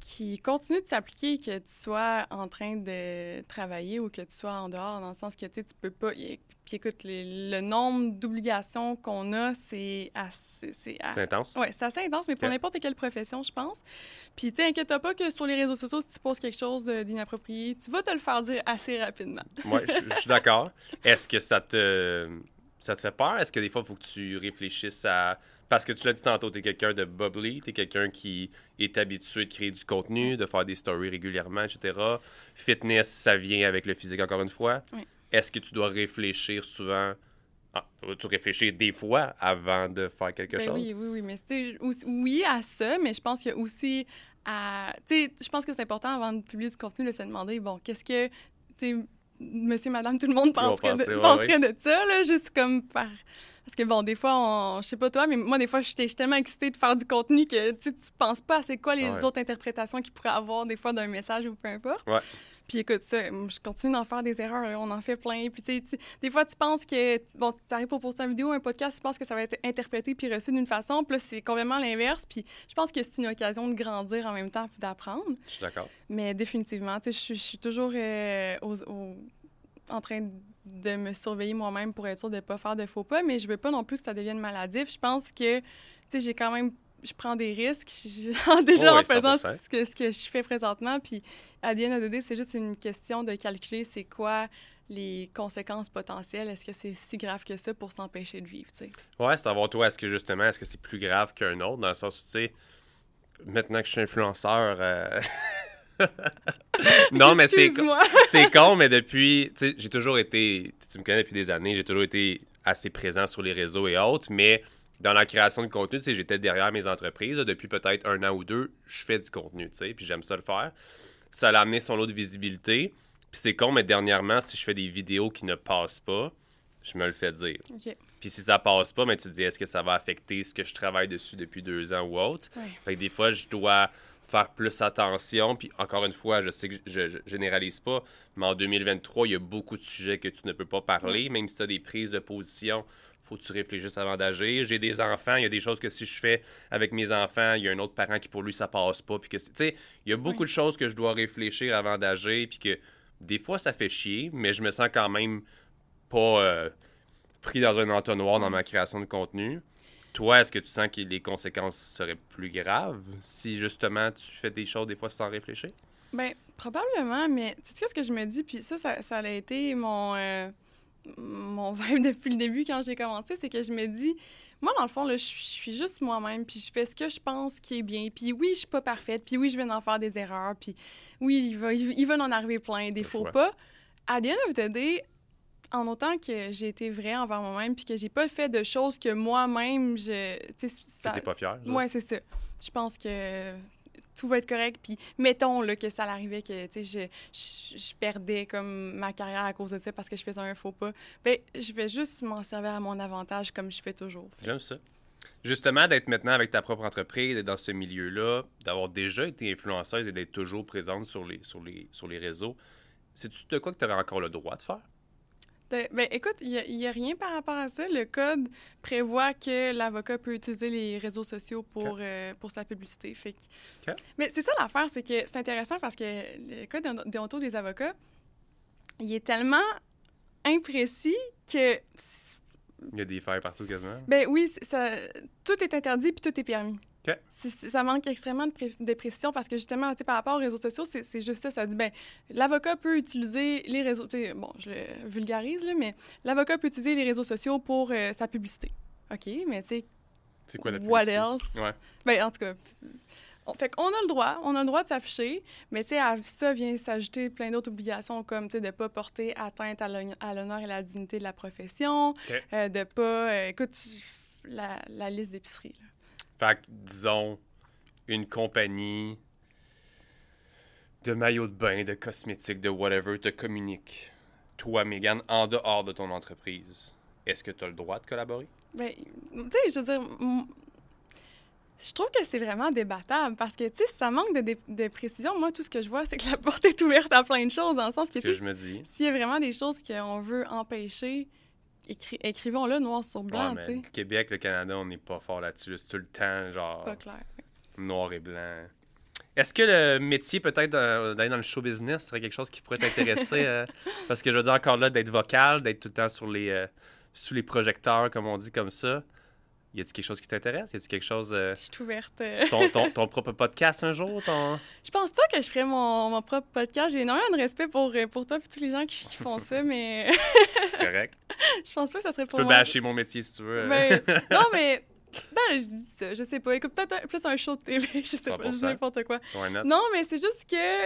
qui continue de s'appliquer, que tu sois en train de travailler ou que tu sois en dehors, dans le sens que, tu sais, tu peux pas... Puis écoute, les, le nombre d'obligations qu'on a, c'est assez... C'est, c'est intense? Oui, c'est assez intense, mais pour okay. n'importe quelle profession, je pense. Puis, tu sais, inquiète-toi pas que sur les réseaux sociaux, si tu poses quelque chose de, d'inapproprié, tu vas te le faire dire assez rapidement. Oui, je suis d'accord. Est-ce que ça te, ça te fait peur? Est-ce que des fois, il faut que tu réfléchisses à... Parce que tu l'as dit tantôt, tu es quelqu'un de bubbly, tu es quelqu'un qui est habitué de créer du contenu, de faire des stories régulièrement, et cetera. Fitness, ça vient avec le physique, encore une fois. Oui. Est-ce que tu dois réfléchir souvent... Ah, tu réfléchir des fois avant de faire quelque ben chose? Oui, oui, oui. Mais tu sais, oui à ça, mais je pense qu'il y a aussi à... Tu sais, je pense que c'est important avant de publier du contenu de se demander, bon, qu'est-ce que... Tu sais, monsieur, madame, tout le monde penserait, penser, de, ouais, penserait ouais. de ça, là, juste comme par... Parce que, bon, des fois, on... je sais pas toi, mais moi, des fois, je suis tellement excitée de faire du contenu que tu penses pas à c'est quoi les ouais. autres interprétations qu'il pourrait avoir des fois d'un message ou peu importe. Ouais. Puis écoute, ça, je continue d'en faire des erreurs, là, on en fait plein. Puis tu sais, des fois, tu penses que, bon, tu arrives pour poster une vidéo, un podcast, tu penses que ça va être interprété puis reçu d'une façon, puis là, c'est complètement l'inverse. Puis je pense que c'est une occasion de grandir en même temps puis d'apprendre. Je suis d'accord. Mais définitivement, tu sais, je suis toujours euh, aux, aux... en train de me surveiller moi-même pour être sûre de ne pas faire de faux pas, mais je veux pas non plus que ça devienne maladif. Je pense que, tu sais, j'ai quand même... Je prends des risques déjà oh, en faisant ce que, ce que je fais présentement. Puis, à the end of the day, c'est juste une question de calculer c'est quoi les conséquences potentielles. Est-ce que c'est si grave que ça pour s'empêcher de vivre, tu sais? Ouais, savoir, toi, est-ce que justement, est-ce que c'est plus grave qu'un autre, dans le sens où, tu sais, maintenant que je suis influenceur... Euh... non, mais c'est, c'est con, mais depuis... Tu sais, j'ai toujours été... Tu me connais depuis des années, j'ai toujours été assez présent sur les réseaux et autres, mais... Dans la création de contenu, tu sais, j'étais derrière mes entreprises. Là, depuis peut-être un an ou deux, je fais du contenu, tu sais, puis j'aime ça le faire. Ça a amené son lot de visibilité. Puis c'est con, mais dernièrement, si je fais des vidéos qui ne passent pas, je me le fais dire. Okay. Puis si ça passe pas, mais tu te dis, est-ce que ça va affecter ce que je travaille dessus depuis deux ans ou autre? Ouais. Fait que des fois, je dois faire plus attention. Puis encore une fois, je sais que je, je généralise pas, mais en deux mille vingt-trois, il y a beaucoup de sujets que tu ne peux pas parler, ouais. Même si tu as des prises de position. Faut que tu réfléchisses avant d'agir. J'ai des enfants, il y a des choses que si je fais avec mes enfants, il y a un autre parent qui, pour lui, ça passe pas. Puis que, tu sais, il y a beaucoup oui. de choses que je dois réfléchir avant d'agir, puis que des fois, ça fait chier, mais je me sens quand même pas euh, pris dans un entonnoir dans ma création de contenu. Toi, est-ce que tu sens que les conséquences seraient plus graves si, justement, tu fais des choses des fois sans réfléchir? Bien, probablement, mais tu sais qu'est-ce que je me dis? Puis ça, ça, ça a été mon... Euh... mon vibe depuis le début quand j'ai commencé, c'est que je me dis, moi, dans le fond, là, je suis juste moi-même, puis je fais ce que je pense qui est bien. Puis oui, je suis pas parfaite, puis oui, je vais en faire des erreurs, puis oui, il va, il va en arriver plein, des faux pas. À the end of the day, en autant que j'ai été vraie envers moi-même, puis que j'ai pas fait de choses que moi-même, je... Tu sais, t'es pas fière? Ouais, c'est ça. Je pense que... tout va être correct. Puis mettons là, que ça l'arrivait que je, je, je perdais comme ma carrière à cause de ça parce que je faisais un faux pas. Bien, je vais juste m'en servir à mon avantage comme je fais toujours. J'aime ça. Justement, d'être maintenant avec ta propre entreprise, d'être dans ce milieu-là, d'avoir déjà été influenceuse et d'être toujours présente sur les, sur les, sur les réseaux, c'est-tu de quoi que tu aurais encore le droit de faire? Ben, écoute, il n'y a, a rien par rapport à ça. Le code prévoit que l'avocat peut utiliser les réseaux sociaux pour, okay. euh, pour sa publicité. Fait que... okay. Mais c'est ça l'affaire, c'est que c'est intéressant parce que le code déontologique des avocats, il est tellement imprécis que... Il y a des failles partout quasiment. Ben oui, ça, tout est interdit puis tout est permis. Okay. C'est, c'est, ça manque extrêmement de, pré- de précision parce que justement, par rapport aux réseaux sociaux, c'est, c'est juste ça. Ça dit, ben l'avocat peut utiliser les réseaux... Bon, je le vulgarise, là, mais l'avocat peut utiliser les réseaux sociaux pour euh, sa publicité. OK, mais tu sais... C'est quoi la publicité? What else? Ouais. Ben, en tout cas... On, fait qu'on a le droit, on a le droit de s'afficher, mais tu sais, à ça vient s'ajouter plein d'autres obligations comme, tu sais, de ne pas porter atteinte à, à l'honneur et la dignité de la profession, okay. euh, de pas... Euh, écoute, la, la liste d'épicerie, là. Fait que, disons, une compagnie de maillots de bain, de cosmétiques, de whatever, te communique, toi, Mégane, en dehors de ton entreprise. Est-ce que tu as le droit de collaborer? Bien, tu sais, je veux dire, m- je trouve que c'est vraiment débattable parce que, tu sais, si ça manque de, dé- de précision, moi, tout ce que je vois, c'est que la porte est ouverte à plein de choses, dans le sens que, que je me dis. S'il y a vraiment des choses qu'on veut empêcher... Écri- écrivons-le noir sur blanc, ouais, tu sais. Le Québec, le Canada, on n'est pas fort là-dessus. Là. C'est tout le temps, genre... Pas clair. Noir et blanc. Est-ce que le métier, peut-être, euh, d'aller dans le show business serait quelque chose qui pourrait t'intéresser? euh, parce que je veux dire, encore là, d'être vocal, d'être tout le temps sur les, euh, sous les projecteurs, comme on dit, comme ça. Y a-tu quelque chose qui t'intéresse? Y a-tu quelque chose... euh, Je suis ouverte. euh. ton, ton, ton propre podcast un jour? Ton... Je pense pas que je ferais mon, mon propre podcast. J'ai énormément de respect pour, euh, pour toi et tous les gens qui, qui font ça, mais Correct. je pense pas que ça serait Tu pour peux moi. bâcher mon métier si tu veux. Ben, non, mais... Ben, je dis ça, je sais pas. Écoute, peut-être un- plus un show de T V, je sais pas, je dis cent pour cent. n'importe quoi. Why not? Non, mais c'est juste que...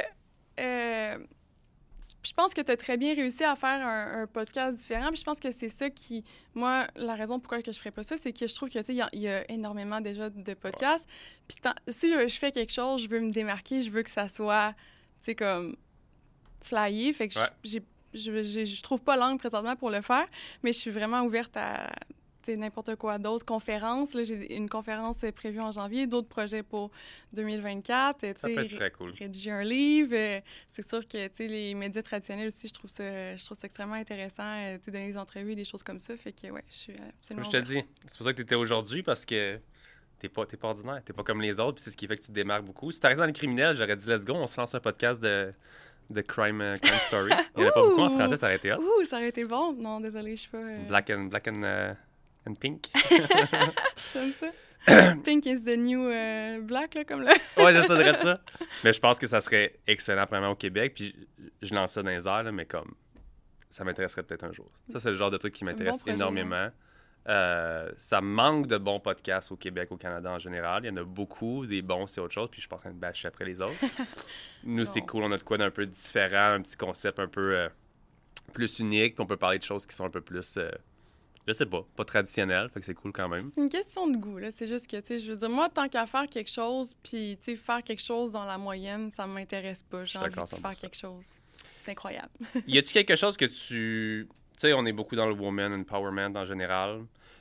euh, je pense que tu as très bien réussi à faire un, un podcast différent. Puis je pense que c'est ça qui... Moi, la raison pourquoi que je ferais pas ça, c'est que je trouve que, tu sais, il y a- il y, a énormément déjà de podcasts. Puis tant- si je, je fais quelque chose, je veux me démarquer, je veux que ça soit, tu sais, comme flyé. Fait que je- Ouais. j'ai, je, j'ai- je trouve pas l'angle présentement pour le faire, mais je suis vraiment ouverte à... tu sais, n'importe quoi d'autre. Conférences, là, j'ai une conférence euh, prévue en janvier, d'autres projets pour deux mille vingt-quatre. euh, tu Ça sais, peut être très cool. rédiger un livre. euh, c'est sûr que, tu sais, les médias traditionnels aussi, je trouve ça, je trouve ça extrêmement intéressant, euh, tu sais, donner des entrevues, des choses comme ça. Fait que, ouais, je suis absolument... Comme je te ouverte. dis, c'est pour ça que tu étais aujourd'hui, parce que t'es pas, t'es pas ordinaire, t'es pas comme les autres, puis c'est ce qui fait que tu te démarques beaucoup. Si t'arrêtais dans le criminel, j'aurais dit let's go, on se lance un podcast de, de crime, euh, crime story. Il y en a pas beaucoup en Ouh! français, ça aurait été hot. Ouh, ça aurait été bon. Non, désolé, je suis pas... euh, Black and, black and, euh, and pink. J'aime ça. Pink is the new euh, black, là, comme là. Ouais, c'est ça, dirait ça. Mais je pense que ça serait excellent, premièrement, au Québec. Puis je je lance ça dans les airs, là, mais comme ça m'intéresserait peut-être un jour. Ça, c'est le genre de truc qui m'intéresse Bon projet, énormément. Euh, ça manque de bons podcasts au Québec, au Canada en général. Il y en a beaucoup, des bons, c'est autre chose. Puis je suis pas en train de bâcher après les autres. Nous, c'est Non. cool, on a de quoi d'un peu différent, un petit concept un peu euh, plus unique. Puis on peut parler de choses qui sont un peu plus, euh, je sais pas, pas traditionnelles. Fait que c'est cool quand même. C'est une question de goût, là. C'est juste que, tu sais, je veux dire, moi, tant qu'à faire quelque chose, puis, tu sais, faire quelque chose dans la moyenne, ça m'intéresse pas. Je suis J'ai envie d'accord de cent pour faire cent. quelque chose. C'est incroyable. Y a-tu quelque chose que tu... Tu sais, on est beaucoup dans le woman empowerment en général.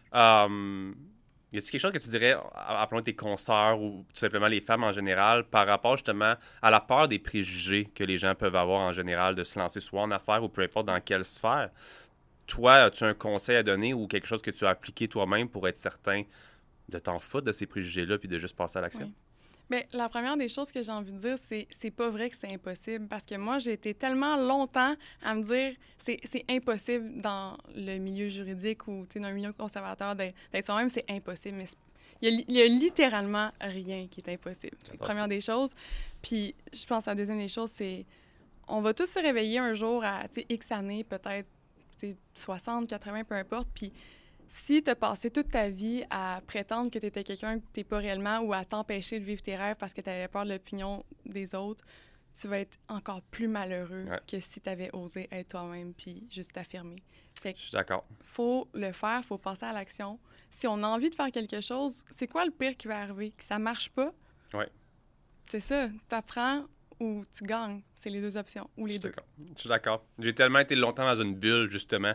Um, y a-tu quelque chose que tu dirais, a- appelons tes consoeurs ou tout simplement les femmes en général, par rapport justement à la peur des préjugés que les gens peuvent avoir en général de se lancer soit en affaires ou peu importe dans quelle sphère? Toi, as-tu un conseil à donner ou quelque chose que tu as appliqué toi-même pour être certain de t'en foutre de ces préjugés-là puis de juste passer à l'action? Oui. Bien, la première des choses que j'ai envie de dire, c'est c'est pas vrai que c'est impossible. Parce que moi, j'ai été tellement longtemps à me dire c'est c'est impossible dans le milieu juridique ou, tu sais, dans le milieu conservateur d'être d'être soi-même, c'est impossible. Mais c'est- il y, a, li- il y a littéralement rien qui est impossible. J'adore Première ça. des choses. Puis, je pense que la deuxième des choses, c'est on va tous se réveiller un jour à, tu sais, X années, peut-être, tu sais, soixante, quatre-vingts, peu importe. Puis, si tu as passé toute ta vie à prétendre que tu étais quelqu'un que tu n'es pas réellement ou à t'empêcher de vivre tes rêves parce que tu avais peur de l'opinion des autres, tu vas être encore plus malheureux Ouais. que si tu avais osé être toi-même puis juste t'affirmer. Fait que Je suis d'accord. faut le faire, faut passer à l'action. Si on a envie de faire quelque chose, c'est quoi le pire qui va arriver? Que ça marche pas? Ouais. C'est ça. T'apprends ou tu gagnes. C'est les deux options. Ou Je les suis deux. d'accord. Je suis d'accord. J'ai tellement été longtemps dans une bulle, justement,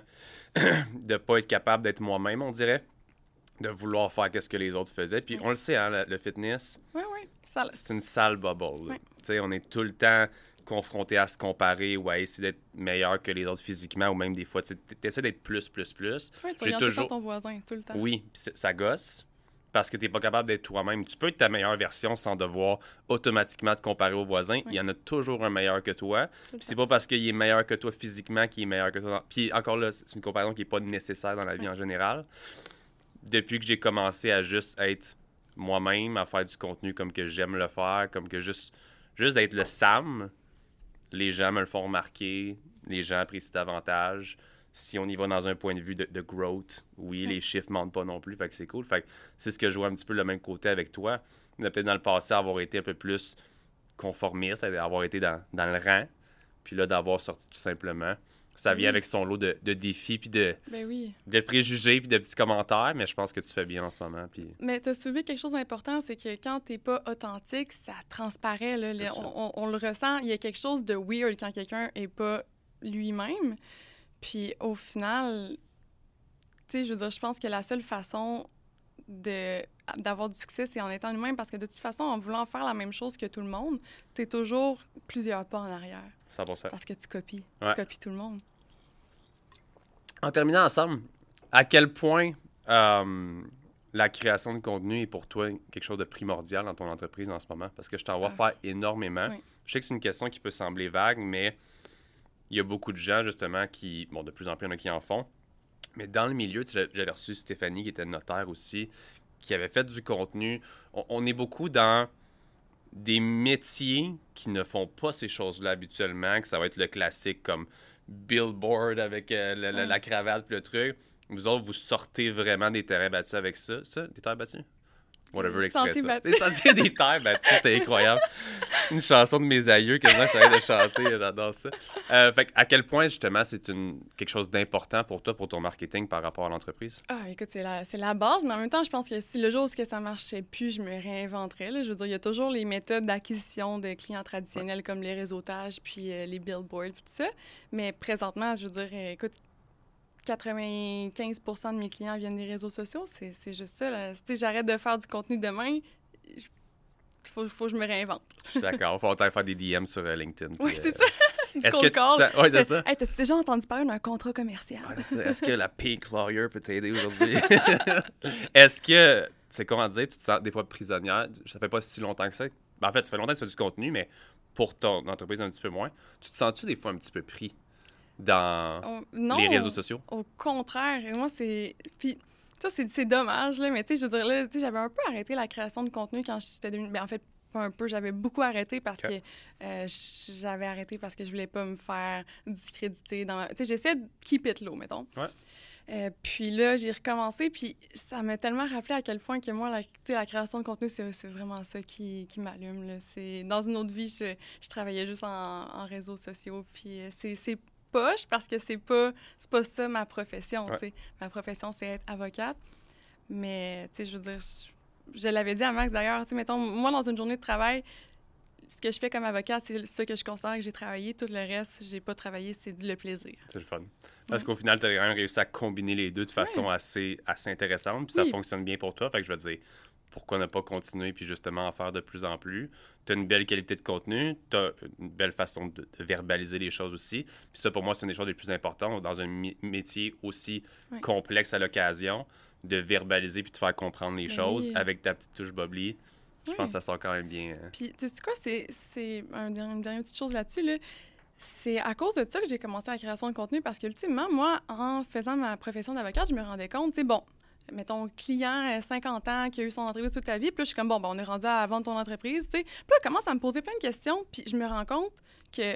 de pas être capable d'être moi-même, on dirait, de vouloir faire qu'est-ce que les autres faisaient. Puis Ouais. on le sait, hein, le, le fitness, Oui, oui. Ça, c'est une sale bubble. là. Ouais. Tu sais, on est tout le temps confronté à se comparer ou à essayer d'être meilleur que les autres physiquement ou même des fois, tu essaies d'être plus, plus, plus. ouais, tu J'ai regardes tout le toujours- temps ton voisin, tout le temps. Oui, puis c'est- ça gosse parce que tu n'es pas capable d'être toi-même. Tu peux être ta meilleure version sans devoir automatiquement te comparer aux voisins. Oui. Il y en a toujours un meilleur que toi. Tout le Puis c'est temps. pas parce qu'il est meilleur que toi physiquement qu'il est meilleur que toi. dans- Puis encore là, c'est une comparaison qui n'est pas nécessaire dans la vie Ouais. en général. Depuis que j'ai commencé à juste être moi-même, à faire du contenu comme que j'aime le faire, comme que juste, juste d'être le Sam, les gens me le font remarquer, les gens apprécient davantage. Si on y va dans un point de vue de, de growth, oui, Ouais. les chiffres mentent pas non plus, fait que c'est cool. Fait que c'est ce que je vois un petit peu le même côté avec toi. On a peut-être dans le passé avoir été un peu plus conformiste, avoir été dans, dans le rang, puis là, d'avoir sorti tout simplement. Ça vient Oui. avec son lot de, de défis, puis de, Ben oui. de préjugés, puis de petits commentaires, mais je pense que tu fais bien en ce moment. Puis... Mais tu as soulevé quelque chose d'important, c'est que quand t'es pas authentique, ça transparaît. Là, le- Bien sûr. on, on- on le ressent. Il y a quelque chose de weird quand quelqu'un est pas lui-même. Puis au final, tu sais, je veux dire, je pense que la seule façon de d'avoir du succès, c'est en étant lui-même, parce que de toute façon, en voulant faire la même chose que tout le monde, t'es toujours plusieurs pas en arrière, cent pour cent. parce que tu copies. Ouais. Tu copies tout le monde. En terminant ensemble, à quel point euh, la création de contenu est pour toi quelque chose de primordial dans ton entreprise en ce moment? Parce que je t'en vois ah. faire énormément. Oui. Je sais que c'est une question qui peut sembler vague, mais il y a beaucoup de gens, justement, qui... Bon, de plus en plus, il y en a qui en font. Mais dans le milieu, tu sais, j'avais reçu Stéphanie, qui était notaire aussi, qui avait fait du contenu. On, on est beaucoup dans des métiers qui ne font pas ces choses-là habituellement, que ça va être le classique comme billboard avec euh, le, ouais. la cravate et le truc. Vous autres, vous sortez vraiment des terrains battus avec ça. Ça, des terres battues? Whatever express ça. Des sentiers des terres battues, c'est incroyable. Une chanson de mes aïeux, quasiment, je t'arrête de chanter, j'adore ça. Euh, fait à quel point, justement, c'est une, quelque chose d'important pour toi, pour ton marketing par rapport à l'entreprise? Ah, écoute, c'est la, c'est la base, mais en même temps, je pense que si le jour où ça ne marchait plus, je me réinventerais. Là. Je veux dire, il y a toujours les méthodes d'acquisition de clients traditionnels ouais. comme les réseautages, puis euh, les billboards, puis tout ça. Mais présentement, je veux dire, euh, écoute, quatre-vingt-quinze pour cent de mes clients viennent des réseaux sociaux. C'est, c'est juste ça. Là. Si j'arrête de faire du contenu demain, il faut, faut que je me réinvente. Je suis d'accord. Il faut peut-être faire des D M sur euh, LinkedIn. Oui, puis, c'est euh... ça. Du Est-ce que tu call. Sens... Ouais, c'est ça. Hey, t'as-tu déjà entendu parler d'un contrat commercial? Ouais, c'est ça. Est-ce que la Pink Lawyer peut t'aider aujourd'hui? Est-ce que, tu sais comment dire, tu te sens des fois prisonnière? Ça fait pas si longtemps que ça. Ben, en fait, ça fait longtemps que tu fais du contenu, mais pour ton entreprise un petit peu moins. Tu te sens-tu des fois un petit peu pris dans oh, non, les réseaux sociaux? Au contraire. Et moi, c'est... Puis ça, c'est, c'est dommage, là. Mais tu sais, je veux dire, là, tu sais, j'avais un peu arrêté la création de contenu quand j'étais devenue... Ben, en fait, pas un peu. J'avais beaucoup arrêté parce okay. que... Euh, j'avais arrêté parce que je voulais pas me faire discréditer dans... Tu sais, j'essayais de keep it low, mettons. Ouais. Euh, puis là, j'ai recommencé, puis ça m'a tellement rappelé à quel point que moi, la, la création de contenu, c'est, c'est vraiment ça qui, qui m'allume. Là. C'est, dans une autre vie, je, je travaillais juste en, en réseaux sociaux, puis c'est... c'est poche parce que c'est pas c'est pas ça ma profession, ouais. tu sais. Ma profession, c'est être avocate. Mais, tu sais, je veux dire, je, je l'avais dit à Max d'ailleurs, tu sais, mettons, moi, dans une journée de travail, ce que je fais comme avocate, c'est ça que je considère que j'ai travaillé. Tout le reste, j'ai pas travaillé, c'est le plaisir. C'est le fun. Parce ouais. qu'au final, tu as quand même réussi à combiner les deux de façon ouais. assez, assez intéressante, puis ça oui. fonctionne bien pour toi. Fait que je veux dire, pourquoi ne pas continuer puis justement en faire de plus en plus? Tu as une belle qualité de contenu, tu as une belle façon de, de verbaliser les choses aussi. Puis ça, pour moi, c'est une des choses les plus importantes dans un mi- métier aussi oui. complexe à l'occasion, de verbaliser puis de faire comprendre les Mais choses oui. avec ta petite touche bubbly. Je oui. pense que ça sort quand même bien. Hein. Puis, tu sais quoi, c'est, c'est un, une dernière petite chose là-dessus, là. C'est à cause de ça que j'ai commencé la création de contenu parce qu'ultimement, moi, en faisant ma profession d'avocate, je me rendais compte, tu sais, bon, mettons, client, cinquante ans, qui a eu son entreprise toute la vie, puis là, je suis comme, bon, ben, on est rendu à vendre ton entreprise, tu sais. Puis là, je commence à me poser plein de questions, puis je me rends compte que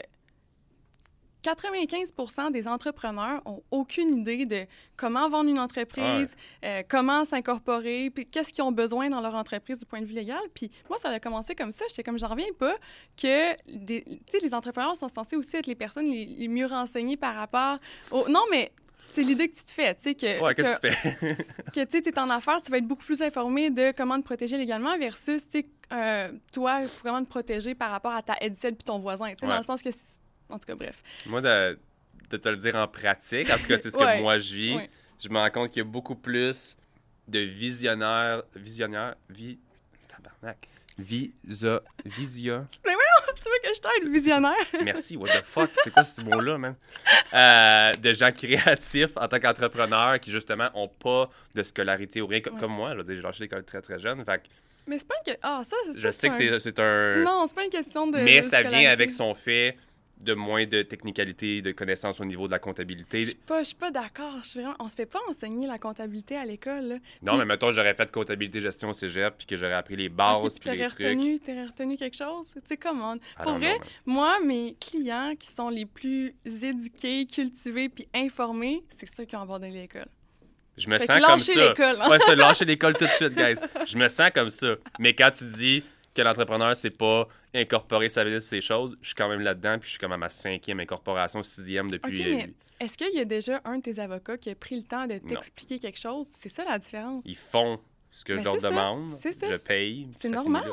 quatre-vingt-quinze pour cent des entrepreneurs ont aucune idée de comment vendre une entreprise, ouais. euh, comment s'incorporer, puis qu'est-ce qu'ils ont besoin dans leur entreprise du point de vue légal. Puis moi, ça a commencé comme ça. J'étais comme, j'en reviens pas que des, tu sais, les entrepreneurs sont censés aussi être les personnes les, les mieux renseignées par rapport au... Non, mais... C'est l'idée que tu te fais, tu sais, que... Ouais, que, qu'est-ce que tu fais? que, tu sais, t'es en affaires, tu vas être beaucoup plus informé de comment te protéger légalement versus, tu sais, euh, toi, comment te protéger par rapport à ta headset puis ton voisin, tu sais, ouais. dans le sens que... En tout cas, bref. Moi, de, de te le dire en pratique, en tout cas, c'est ce que ouais. moi je vis, ouais. je me rends compte qu'il y a beaucoup plus de visionnaires... Visionnaires... Vi... Tabarnak. Visa... Visia... Mais oui, tu veux que je t'aide, visionnaire? Merci, what the fuck? C'est quoi ce mot-là, man? Euh, de gens créatifs en tant qu'entrepreneurs qui, justement, n'ont pas de scolarité ou rien, ouais. comme moi. Je veux dire, j'ai lâché l'école très, très jeune, fait que... Mais c'est pas une question... Ah, ça, ça, Je ça, sais c'est que un... c'est, c'est un... Non, c'est pas une question de Mais de ça scolarité. vient avec son fait... de moins de technicalité, de connaissances au niveau de la comptabilité. Je suis pas, je suis pas d'accord. Je suis vraiment... On se fait pas enseigner la comptabilité à l'école. Là. Non, puis... mais mettons, j'aurais fait comptabilité gestion au cégep puis que j'aurais appris les bases puis okay, les retenu, trucs. T'aurais retenu quelque chose? Tu sais, comment? Ah, Pour non, vrai, non, moi, mes clients qui sont les plus éduqués, cultivés puis informés, c'est ceux qui ont abandonné l'école. Je me fait sens que comme ça. l'école, hein? Ouais, ça, lâcher l'école tout de suite, guys. Je me sens comme ça. Mais quand tu dis que l'entrepreneur, c'est pas incorporer sa business et ces choses, je suis quand même là-dedans, puis je suis quand même à ma cinquième incorporation, sixième depuis... OK, mais est-ce qu'il y a déjà un de tes avocats qui a pris le temps de t'expliquer non. quelque chose? C'est ça la différence. Ils font ce que ben, je leur ça. demande, c'est ça. je paye. C'est normal.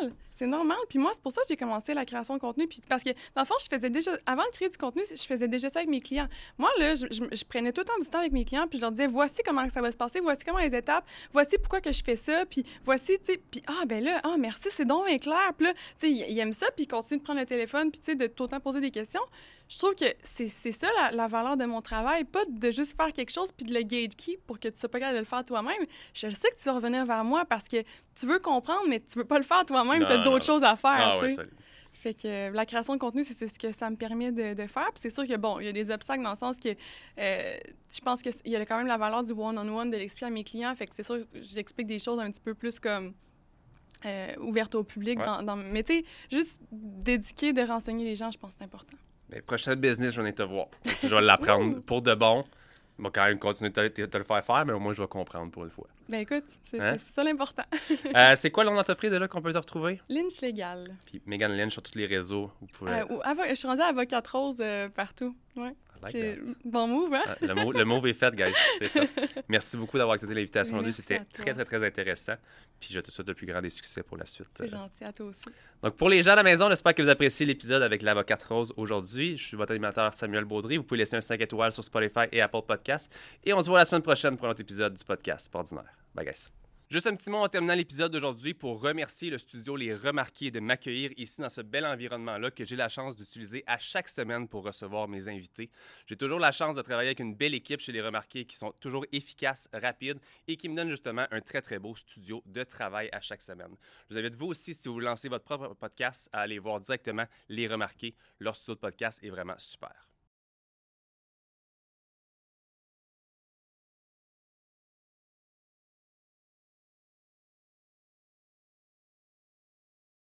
c'est normal. Puis moi, c'est pour ça que j'ai commencé la création de contenu. Puis parce que, dans le fond, je faisais déjà, avant de créer du contenu, je faisais déjà ça avec mes clients. Moi, là, je, je, je prenais tout le temps du temps avec mes clients, puis je leur disais, voici comment ça va se passer, voici comment les étapes, voici pourquoi que je fais ça, puis voici, tu sais, puis ah, ben là, ah, merci, c'est donc bien clair. Puis là, tu sais, ils, ils aiment ça, puis ils continuent de prendre le téléphone, puis tu sais, de tout le temps poser des questions. Je trouve que c'est, c'est ça la, la valeur de mon travail, pas de juste faire quelque chose puis de le gatekeep pour que tu sois pas capable de le faire toi-même. Je le sais que tu vas revenir vers moi parce que tu veux comprendre, mais tu veux pas le faire toi-même, tu as d'autres non. choses à faire. Ah, ouais, fait que euh, la création de contenu, c'est, c'est ce que ça me permet de, de faire. Puis c'est sûr que, bon, il y a des obstacles dans le sens que euh, je pense qu'il y a quand même la valeur du one-on-one, de l'expliquer à mes clients. Fait que c'est sûr que j'explique des choses un petit peu plus comme euh, ouvertes au public. Ouais. Dans, dans, mais tu sais, juste d'éduquer, de renseigner les gens, je pense que c'est important. Ben, prochaine business, je vais te voir. Si je vais l'apprendre pour de bon. Je vais quand même continuer de te, te le faire faire, mais au moins, je vais comprendre pour une fois. Ben écoute, c'est, hein? c'est, c'est ça l'important. euh, c'est quoi le nom d'entreprise déjà qu'on peut te retrouver? Lynch Légal. Puis Megan Lynch sur tous les réseaux. Vous pouvez... euh, avo- je suis rendue avocate rose euh, partout. Ouais. Like bon move, hein? le, move, le move est fait, guys. C'est fait. Merci beaucoup d'avoir accepté l'invitation aujourd'hui. C'était très, très, très intéressant. Puis je te souhaite le plus grand des succès pour la suite. C'est gentil, à toi aussi. Donc, pour les gens à la maison, j'espère que vous appréciez l'épisode avec l'avocate rose aujourd'hui. Je suis votre animateur Samuel Baudry. Vous pouvez laisser un cinq étoiles sur Spotify et Apple Podcasts. Et on se voit la semaine prochaine pour un autre épisode du podcast Ordinaire. Bye, guys. Juste un petit mot en terminant l'épisode d'aujourd'hui pour remercier le studio Les Remarqués de m'accueillir ici dans ce bel environnement-là que j'ai la chance d'utiliser à chaque semaine pour recevoir mes invités. J'ai toujours la chance de travailler avec une belle équipe chez Les Remarqués qui sont toujours efficaces, rapides et qui me donnent justement un très, très beau studio de travail à chaque semaine. Je vous invite, vous aussi, si vous lancez votre propre podcast, à aller voir directement Les Remarqués. Leur studio de podcast est vraiment super.